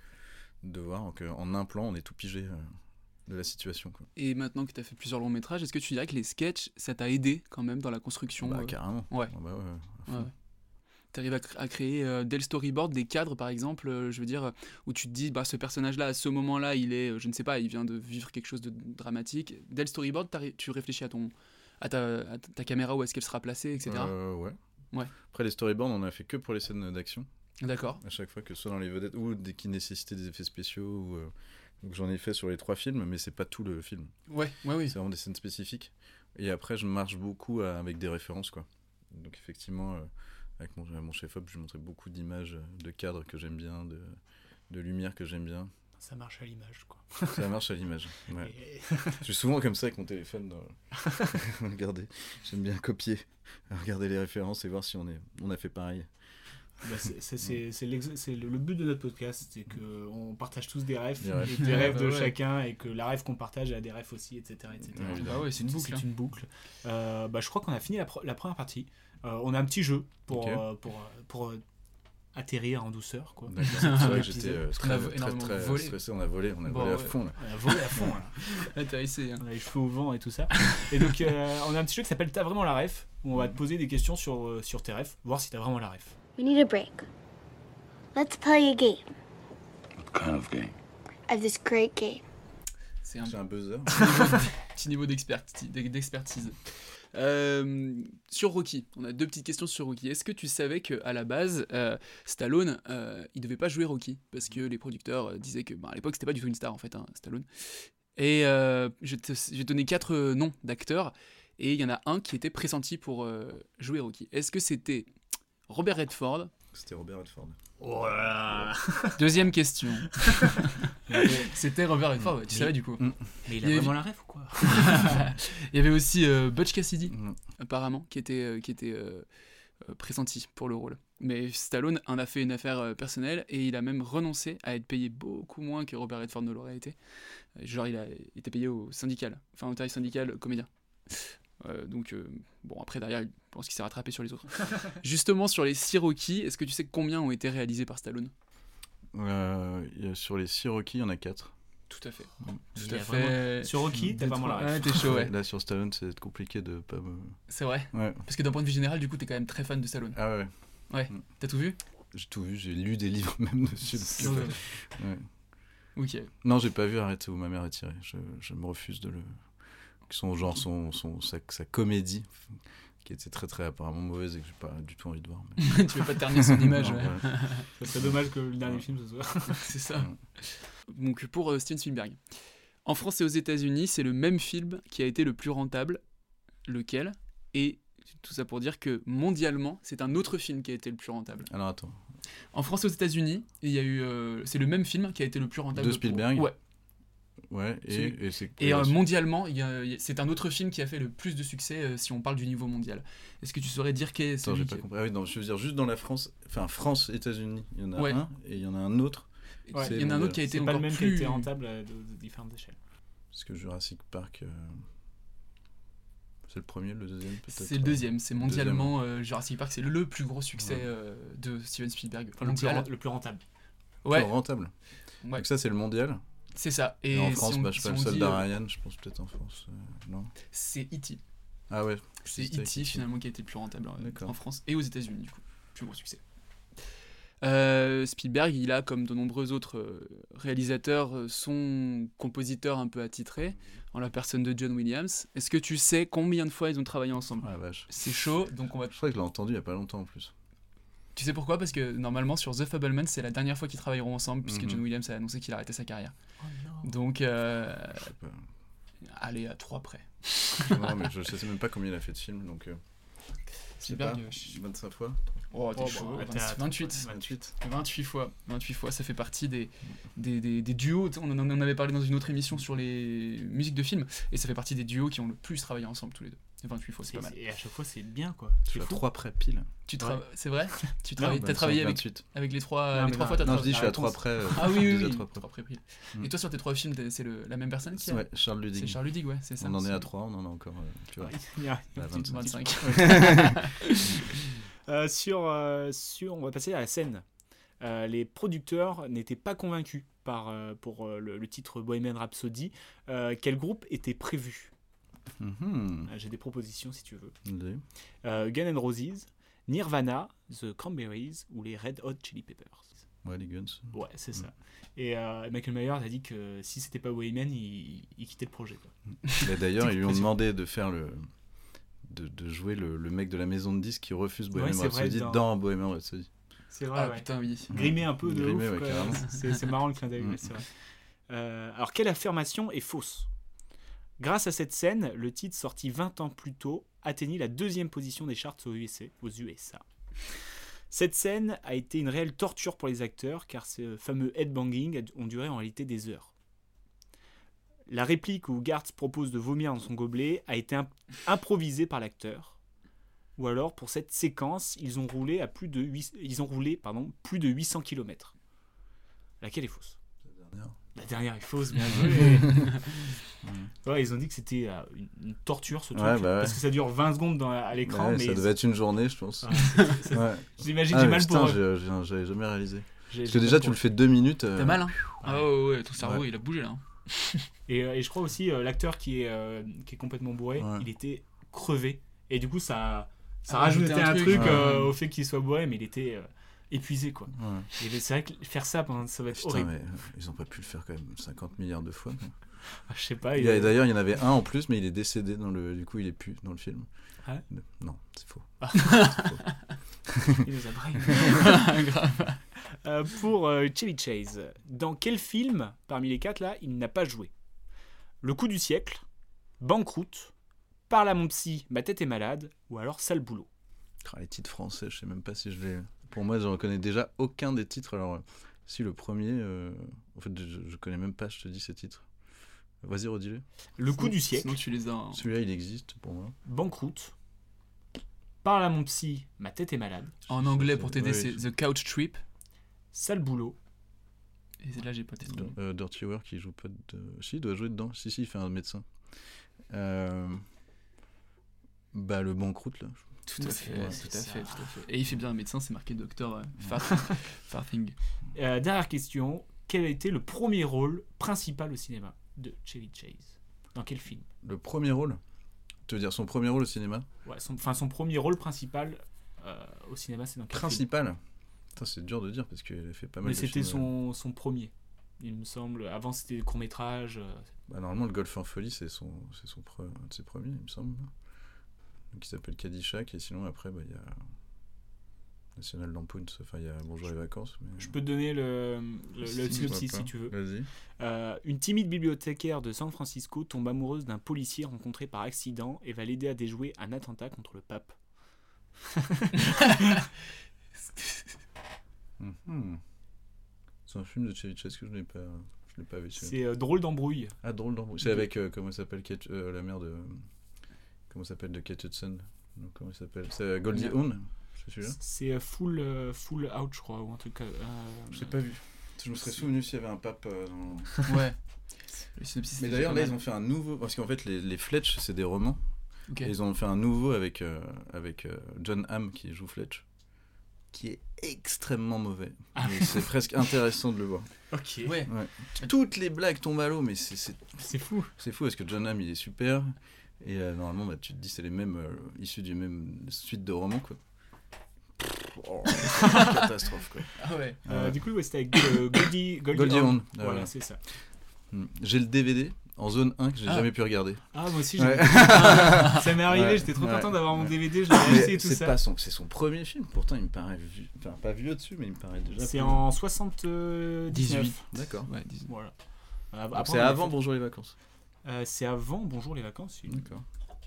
voir qu'en un plan, on est tout pigé de la situation, quoi. Et maintenant que tu as fait plusieurs longs métrages, est-ce que tu dirais que les sketchs, ça t'a aidé quand même dans la construction? Carrément. Ouais. Ouais. T'arrives à créer dès le storyboard des cadres, par exemple, je veux dire, où tu te dis, ce personnage-là, à ce moment-là, il est, je ne sais pas, il vient de vivre quelque chose de dramatique. Dès le storyboard, tu réfléchis à ta caméra, où est-ce qu'elle sera placée, etc. Ouais. Après, les storyboards, on a fait que pour les scènes d'action. D'accord. À chaque fois, que ce soit dans les vedettes ou dès qui nécessitaient des effets spéciaux. Donc j'en ai fait sur les 3 films, mais c'est pas tout le film. Ouais. C'est vraiment des scènes spécifiques. Et après, je marche beaucoup avec des références, quoi. Donc effectivement... Avec mon chef-op, je lui montrais beaucoup d'images, de cadres que j'aime bien, de lumière que j'aime bien. Ça marche à l'image, quoi. Ça marche à l'image, ouais. Je suis souvent comme ça avec mon téléphone. Regardez, j'aime bien copier, regarder les références et voir si on a fait pareil. C'est le but de notre podcast, c'est qu'on partage tous des rêves de chacun et que la rêve qu'on partage a des rêves aussi, etc. Ouais, c'est une boucle. C'est une boucle. Je crois qu'on a fini la première partie. On a un petit jeu pour atterrir en douceur, quoi. C'est vrai que j'étais très stressé, on a volé à fond là. On a volé à fond là. T'as essayé, hein. On a les cheveux au vent et tout ça. Et donc on a un petit jeu qui s'appelle T'as vraiment la ref, où on va te poser des questions sur tes refs, voir si t'as vraiment la ref. We need a break. Let's play a game. What kind of game? I have this great game. C'est un buzzer. Petit niveau d'expertise. Sur Rocky, on a 2 petites questions sur Rocky. Est-ce que tu savais qu'à la base, Stallone, il devait pas jouer Rocky parce que les producteurs disaient que à l'époque c'était pas du tout une star en fait, Stallone. Et j'ai donné 4 noms d'acteurs et il y en a un qui était pressenti pour jouer Rocky. Est-ce que c'était Robert Redford? C'était Robert Redford. Oh là là. Deuxième question. C'était Robert Redford, tu savais du coup. Mais il a vraiment la ref ou quoi? Il y avait aussi Butch Cassidy, apparemment, qui était pressenti pour le rôle. Mais Stallone en a fait une affaire personnelle et il a même renoncé à être payé beaucoup moins que Robert Redford ne l'aurait été. Genre, il était payé au syndical, enfin au tarif syndical comédien. Après derrière, je pense qu'il s'est rattrapé sur les autres. Justement, sur les 6 Rocky, est-ce que tu sais combien ont été réalisés par Stallone? Sur les 6 Rocky, il y en a 4. Tout à fait. Tout à fait. Sur Rocky, t'as vraiment la ref. Ouais, t'es chaud, ouais. Là, sur Stallone, c'est compliqué de pas me... C'est vrai. Ouais. Parce que d'un point de vue général, du coup, t'es quand même très fan de Stallone. Ah ouais. Ouais. T'as tout vu? J'ai tout vu, j'ai lu des livres même dessus. Ouais. Ok. Non, j'ai pas vu Arrête où ma mère est tirée. Je me refuse de qui sont genre sa comédie, qui était très très apparemment mauvaise et que j'ai pas du tout envie de voir. Mais... tu veux pas terminer son image. Non, ouais. Ça serait dommage que le dernier film ce soit. C'est ça. Donc pour Steven Spielberg. En France et aux États-Unis, c'est le même film qui a été le plus rentable. Lequel ? Et tout ça pour dire que mondialement, c'est un autre film qui a été le plus rentable. Alors attends. En France et aux États-Unis, il y a eu, c'est le même film qui a été le plus rentable. De Spielberg. Ouais. Ouais. Et mondialement, c'est un autre film qui a fait le plus de succès si on parle du niveau mondial. Est-ce que tu saurais dire quel est celui j'ai pas compris. Ah oui, non, je veux dire juste dans la France, enfin France, États-Unis, il y en a un et il y en a un autre. Ouais, il y en a un autre qui a été encore plus... C'est pas le même qui a été rentable de différentes échelles. Parce que Jurassic Park, c'est le premier, le deuxième peut-être. C'est le deuxième, c'est mondialement Jurassic Park, c'est le plus gros succès de Steven Spielberg. Enfin, le plus rentable. Ouais. Le plus rentable. Ouais. Donc ça c'est le mondial. C'est ça. Et en France, je sais pas, le Soldat Ryan, je pense peut-être en France, non. C'est E.T. Ah ouais. C'est E.T. finalement qui a été le plus rentable en France et aux États-Unis du coup, plus gros succès. Spielberg, il a, comme de nombreux autres réalisateurs, son compositeur un peu attitré, en la personne de John Williams. Est-ce que tu sais combien de fois ils ont travaillé ensemble ? Ah, vache. C'est chaud, donc on va... Je crois que je l'ai entendu il y a pas longtemps en plus. Tu sais pourquoi ? Parce que normalement sur The Fabelmans, c'est la dernière fois qu'ils travailleront ensemble, puisque John Williams a annoncé qu'il arrêtait sa carrière. Oh non. Donc, allez, à 3 près. Non, mais je sais même pas combien il a fait de films, donc... Spielberg, 25 fois. Oh, t'es chaud. 28 fois. 28 fois, ça fait partie des duos. On en avait parlé dans une autre émission sur les musiques de films, et ça fait partie des duos qui ont le plus travaillé ensemble tous les deux. 28 fois, c'est pas mal. Et à chaque fois, c'est bien, quoi. Tu as 3 près pile. C'est vrai ? T'as travaillé avec les 3 fois, t'as travaillé. Non, je dis, je suis à 3 près. Ah oui, 3 près pile. Et toi, sur tes 3 films, c'est la même personne qui a... Ouais, Charles Ludig. C'est Charles Ludig, ouais, c'est ça. On en est à 3, on en a encore, tu vois. Il y a 25. On va passer à la scène. Les producteurs n'étaient pas convaincus pour le titre Bohemian Rhapsody. Quel groupe était prévu ? J'ai des propositions si tu veux. Guns N' Roses, Nirvana, The Cranberries ou les Red Hot Chili Peppers. Ouais, les Guns. Ouais, c'est ça. Et Michael Myers a dit que si c'était pas Bohemian, il quittait le projet, quoi. Et d'ailleurs, ils lui ont demandé de faire de jouer le mec de la maison de disques qui refuse Bohemian Rhapsody dans Bohemian Rhapsody. C'est vrai, ouais. Putain, oui. Grimé un peu de ouf. Ouais, c'est marrant le clin d'œil, c'est vrai. Alors, quelle affirmation est fausse ? Grâce à cette scène, le titre sorti 20 ans plus tôt atteignit la 2e position des charts aux USA. Cette scène a été une réelle torture pour les acteurs car ce fameux headbanging ont duré en réalité des heures. La réplique où Garth propose de vomir dans son gobelet a été improvisée par l'acteur. Ou alors, pour cette séquence, ils ont roulé plus de 800 km. Laquelle est fausse ? La dernière est fausse, bien joué. Ouais, ils ont dit que c'était une torture ce truc, parce que ça dure 20 secondes à l'écran. Ouais, mais ça devait être une journée, je pense. J'imagine, j'ai mal pour eux. J'avais jamais réalisé. Parce que déjà, tu le fais 2 minutes. T'as mal, hein. Ah ouais, ton cerveau, il a bougé là. Et je crois aussi, l'acteur qui est complètement bourré, il était crevé. Et du coup, ça rajoutait un truc au fait qu'il soit bourré, mais il était... épuisé, quoi. Et c'est vrai que faire ça, ça va être horrible. Mais ils ont pas pu le faire quand même 50 milliards de fois. Je sais pas. D'ailleurs, il y en avait un en plus, mais il est décédé du coup, il est plus dans le film. Ouais. Non, c'est faux. Il nous a braillé. Grave. Pour Chevy Chase, dans quel film, parmi les 4 là, il n'a pas joué ? Le coup du siècle, Banqueroute, Parle à mon psy, ma tête est malade, ou alors Sale boulot. Les titres français, je sais même pas si je les... Pour moi, je reconnais déjà aucun des titres. Alors, si le premier... En fait, je connais même pas, je te dis, ces titres. Vas-y, redis-le. Le coup du siècle. Sinon, tu les as... Celui-là, il existe, pour moi. Banqueroute. Parle à mon psy, ma tête est malade. En anglais, pour t'aider, c'est The Couch Trip. Sale boulot. Et là, j'ai pas testé. Dirty Work, il joue pas de... Si, il doit jouer dedans. Si, il fait un médecin. Le Banqueroute, là. Tout à fait. Et il fait bien un médecin, c'est marqué Dr. Farthing. Dernière question. Quel a été le premier rôle principal au cinéma de Chevy Chase ? Dans quel film ? Le premier rôle ? Tu veux dire son premier rôle au cinéma ? Ouais, son premier rôle principal au cinéma, c'est dans quel principal ? Putain, c'est dur de dire parce qu'il a fait pas mal de films. Mais c'était son premier. il me semble. Avant, c'était des courts-métrages. Bah, normalement, le Golf en folie, c'est un de ses premiers, il me semble. Donc, il s'appelle Caddyshack, et sinon, après, il y a National Lampoon, enfin, il y a Bonjour les vacances. Mais... Je peux te donner le synopsis si tu veux. Vas-y. Une timide bibliothécaire de San Francisco tombe amoureuse d'un policier rencontré par accident et va l'aider à déjouer un attentat contre le pape. C'est un film de Chevy Chase que je n'ai pas vu. C'est Drôle d'embrouille. Ah, Drôle d'embrouille. C'est avec, comment s'appelle, la mère de... Comment s'appelle, de Kate Hudson. Donc, comment il s'appelle, c'est Goldie Hawn, c'est celui-là. C'est Full Out, je crois, ou un truc... Je l'ai pas vu. Je me serais souvenu s'il y avait un pape dans... Ouais. Mais d'ailleurs, là, ils ont fait un nouveau... Parce qu'en fait, les Fletch, c'est des romans. Okay. Et ils ont fait un nouveau avec John Hamm qui joue Fletch, qui est extrêmement mauvais. Mais c'est presque intéressant de le voir. Ok. Ouais. Toutes les blagues tombent à l'eau, mais c'est fou. C'est fou parce que John Hamm, il est super. Et normalement, tu te dis, c'est les mêmes issus du même suite de romans, quoi. Catastrophe, quoi. Ah ouais. Du coup, c'était avec Goldie Hawn. Voilà, c'est ça. J'ai le DVD en zone 1 que j'ai jamais pu regarder. Ah, moi aussi, ça m'est arrivé, j'étais trop content d'avoir mon DVD, je l'ai acheté et tout ça. C'est son premier film, pourtant il me paraît enfin pas vieux dessus, mais il me paraît déjà. C'est en 78. D'accord. Ouais, 18. Voilà. C'est avant Bonjour les vacances. C'est avant Bonjour les vacances. D'accord.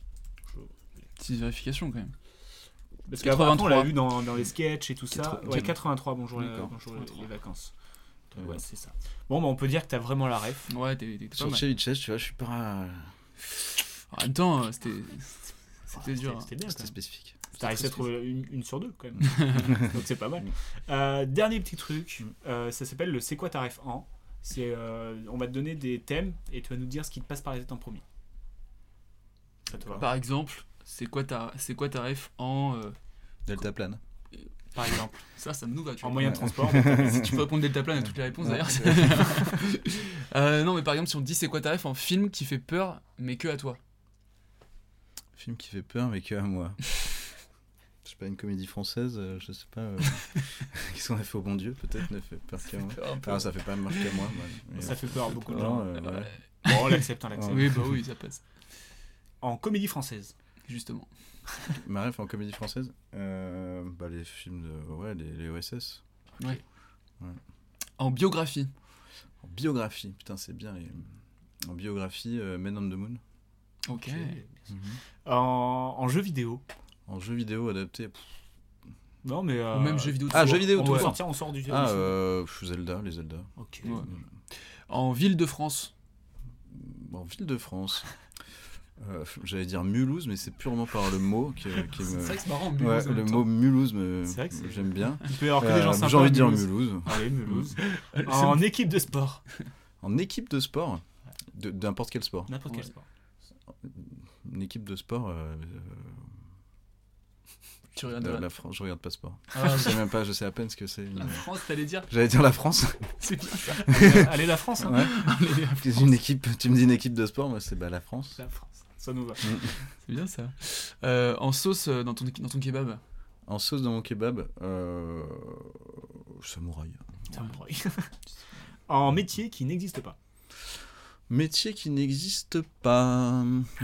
Petite vérification quand même. Parce qu'après on l'a vu dans les sketchs et tout ça. Ouais, 83 Bonjour les vacances. Ouais, c'est ça. Bon, bah, on peut dire que t'as vraiment la ref. Ouais, t'es sur Chevy Chase, tu vois, je suis pas... En même temps, c'était dur. C'était bien. C'était spécifique. T'as réussi à trouver une sur deux, quand même. Donc c'est pas mal. Dernier petit truc, ça s'appelle le C'est quoi ta ref en. On va te donner des thèmes et tu vas nous dire ce qui te passe par la tête en premier. Ça te va ? Par exemple, c'est quoi ta ref en... Deltaplane. Par exemple. Ça me nous va. En moyen de transport. Si tu peux répondre deltaplane à toutes les réponses d'ailleurs. Non, mais par exemple, si on te dit c'est quoi ta ref en film qui fait peur, mais que à toi. Film qui fait peur, mais que à moi. Je sais pas, une comédie française, je sais pas. Qu'est-ce qu'on a fait au bon Dieu, peut-être, ne fait peur qu'à moi. Enfin, ça fait pas peur qu'à moi. Mais ça fait peur à beaucoup de gens. Ouais. Bon, on l'accepte. Oui, bah oui, ça passe. En comédie française. Justement. Ma ref en comédie française, les films de les OSS. Ouais. En biographie. En biographie, putain, c'est bien. En biographie, Men on the Moon. Ok. En jeu vidéo. En jeu vidéo adapté. Non, mais. Ou même jeu vidéo. Jeu vidéo. On sort du jeu. Zelda, les Zelda. Ok. Ouais. En ville de France. En ville de France. J'allais dire Mulhouse, mais c'est purement par le mot qui me... C'est vrai que c'est marrant, Mulhouse. Ouais, le mot Mulhouse, j'aime bien. Il peut y avoir que des gens sympas. J'ai envie de dire Mulhouse. Allez, Mulhouse. En équipe de sport. En équipe de sport de n'importe quel sport. N'importe quel sport. Une équipe de sport... Tu regardes la France, je regarde pas sport. Je sais à peine ce que c'est. La France, t'allais dire ? J'allais dire la France. C'est bien ça. Allez la France. Hein. Ouais. Allez, la France. Une équipe, tu me dis une équipe de sport, moi c'est la France. La France, ça nous va. C'est bien ça. En sauce dans ton kebab. En sauce dans mon kebab, samouraï. En métier qui n'existe pas. Métier qui n'existe pas.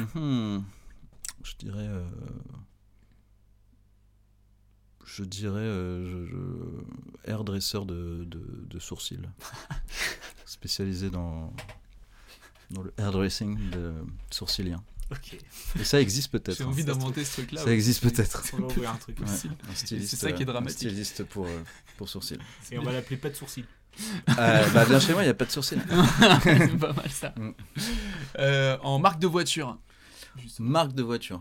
Je dirais hairdresseur de sourcils. Spécialisé dans le hairdressing de sourcilien. Ok. Et ça existe peut-être. J'ai envie d'inventer ce truc-là. Ça existe peut-être. On va ouvrir un truc. Un styliste. C'est ça qui est dramatique. Un styliste pour sourcils. Et on va l'appeler pas de sourcils. Bien chez moi, il n'y a pas de sourcils. C'est pas mal ça. En marque de voiture. Justement. Marque de voiture.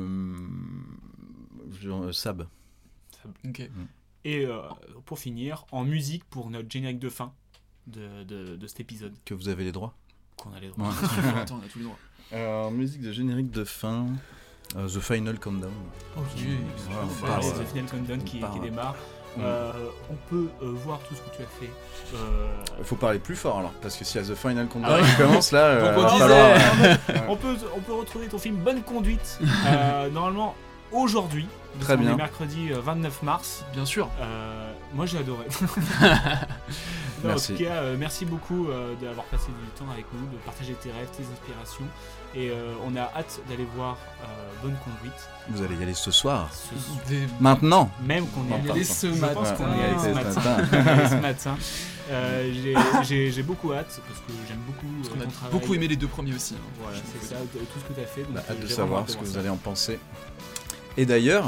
Saab. Ok. Et pour finir, en musique pour notre générique de fin de cet épisode. Que vous avez les droits. Qu'on a les droits. Attends, on a tous les droits. En musique de générique de fin, The Final Countdown. Ok. The Final Countdown qui démarre. On peut voir tout ce que tu as fait. Il faut parler plus fort alors, parce que s'il y a The Final Countdown qui commence là, on peut retrouver ton film Bonne Conduite normalement aujourd'hui. Très bien. Mercredi 29 mars. Bien sûr. Moi j'ai adoré. Merci. En tout cas, merci beaucoup d'avoir passé du temps avec nous, de partager tes rêves, tes inspirations. Et on a hâte d'aller voir Bonne Conduite. Vous allez y aller ce soir. Dès- Maintenant. Même qu'on est y allé ce matin. Je pense qu'on est allé ce matin. J'ai beaucoup hâte parce que j'aime beaucoup Parce qu'on a ton travail. beaucoup aimé les 2 premiers aussi. Voilà, c'est ça, tout ce que tu as fait. Donc, Hâte de j'ai savoir vraiment ce que hâte de vous voir allez en penser. Et d'ailleurs,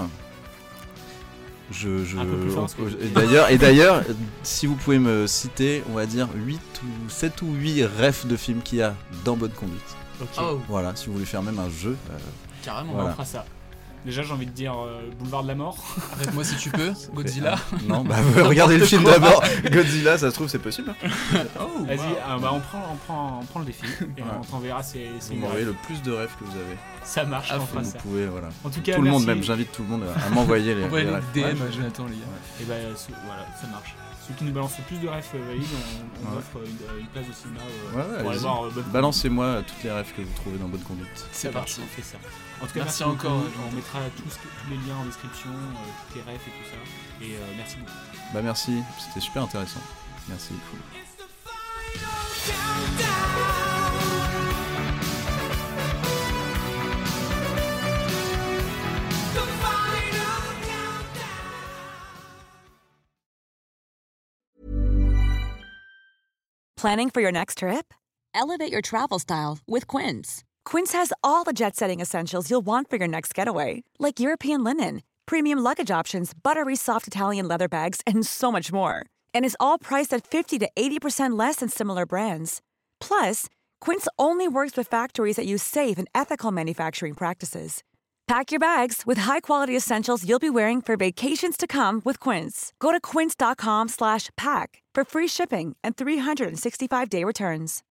Un peu plus fort, parce que- et d'ailleurs, si vous pouvez me citer, on va dire 7 ou 8 refs de films qu'il y a dans Bonne Conduite. Ok. Oh. Voilà, si vous voulez faire même un jeu. Carrément, On voilà. fera ça. Déjà, j'ai envie de dire Boulevard de la Mort. Arrête-moi si tu peux, Godzilla. Non, bah regardez le film d'abord. Godzilla, ça se trouve, c'est possible. Oh, Vas-y, wow. on prend le défi et Voilà. on t'enverra ces Vous m'envoyez le plus de refs que vous avez. Ça marche, on fera Vous ça. pouvez, voilà. En tout cas, tout le monde merci. même, j'invite tout le monde à m'envoyer les Envoyez refs. les DM Ouais. à Jonathan, les gars. Et bah voilà, ça marche. Ceux qui nous balancent le plus de refs valides, on Ouais. offre une place au cinéma Ouais, pour aller allez-y. voir Bonne Conduite. Balancez-moi toutes les refs que vous trouvez dans Bonne Conduite. C'est Ça marche, parti. on fait ça. En tout cas, Merci merci encore, beaucoup. Jean. On mettra tous les liens en description, toutes les refs et tout ça. Et merci beaucoup. Bah merci, c'était super intéressant. Merci. Planning for your next trip? Elevate your travel style with Quince. Quince has all the jet-setting essentials you'll want for your next getaway, like European linen, premium luggage options, buttery soft Italian leather bags, and so much more. And is all priced at 50 to 80% less than similar brands. Plus, Quince only works with factories that use safe and ethical manufacturing practices. Pack your bags with high-quality essentials you'll be wearing for vacations to come with Quince. Go to quince.com/pack for free shipping and 365-day returns.